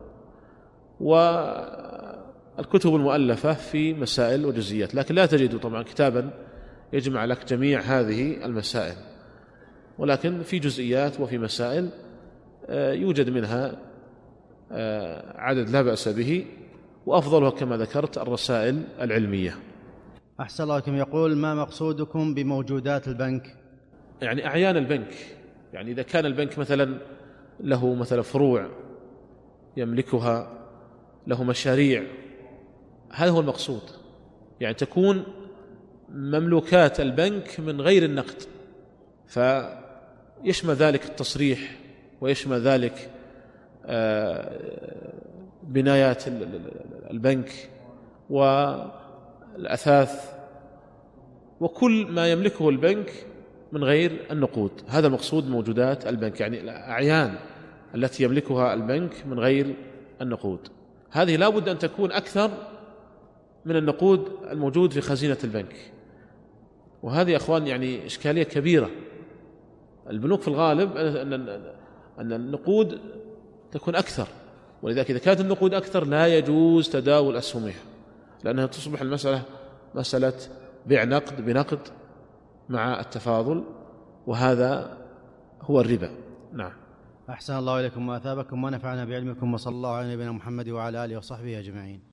[SPEAKER 2] والكتب المؤلفة في مسائل وجزئيات، لكن لا تجد طبعا كتابا يجمع لك جميع هذه المسائل، ولكن في جزئيات وفي مسائل يوجد منها عدد لا بأس به، وأفضلها كما ذكرت الرسائل العلمية.
[SPEAKER 3] أحسن الله لكم. يقول ما مقصودكم بموجودات البنك؟
[SPEAKER 2] يعني أعيان البنك، يعني إذا كان البنك مثلا له مثلا فروع يملكها، له مشاريع، هذا هو المقصود، يعني تكون مملوكات البنك من غير النقد، فيشمل ذلك التصريح ويشمل ذلك بنايات البنك والأثاث وكل ما يملكه البنك من غير النقود. هذا مقصود موجودات البنك، يعني الأعيان التي يملكها البنك من غير النقود، هذه لا بد أن تكون أكثر من النقود الموجود في خزينة البنك. وهذه يا أخوان يعني إشكالية كبيرة. البنوك في الغالب أن النقود تكون أكثر ولذلك إذا كانت النقود أكثر لا يجوز تداول أسهمها، لأنها تصبح المسألة مسألة بيع نقد بنقد مع التفاضل، وهذا هو الربا. نعم.
[SPEAKER 3] أحسن الله إليكم وأثابكم ونفعنا بعلمكم، وصلى الله على نبينا محمد وعلى آله وصحبه أجمعين.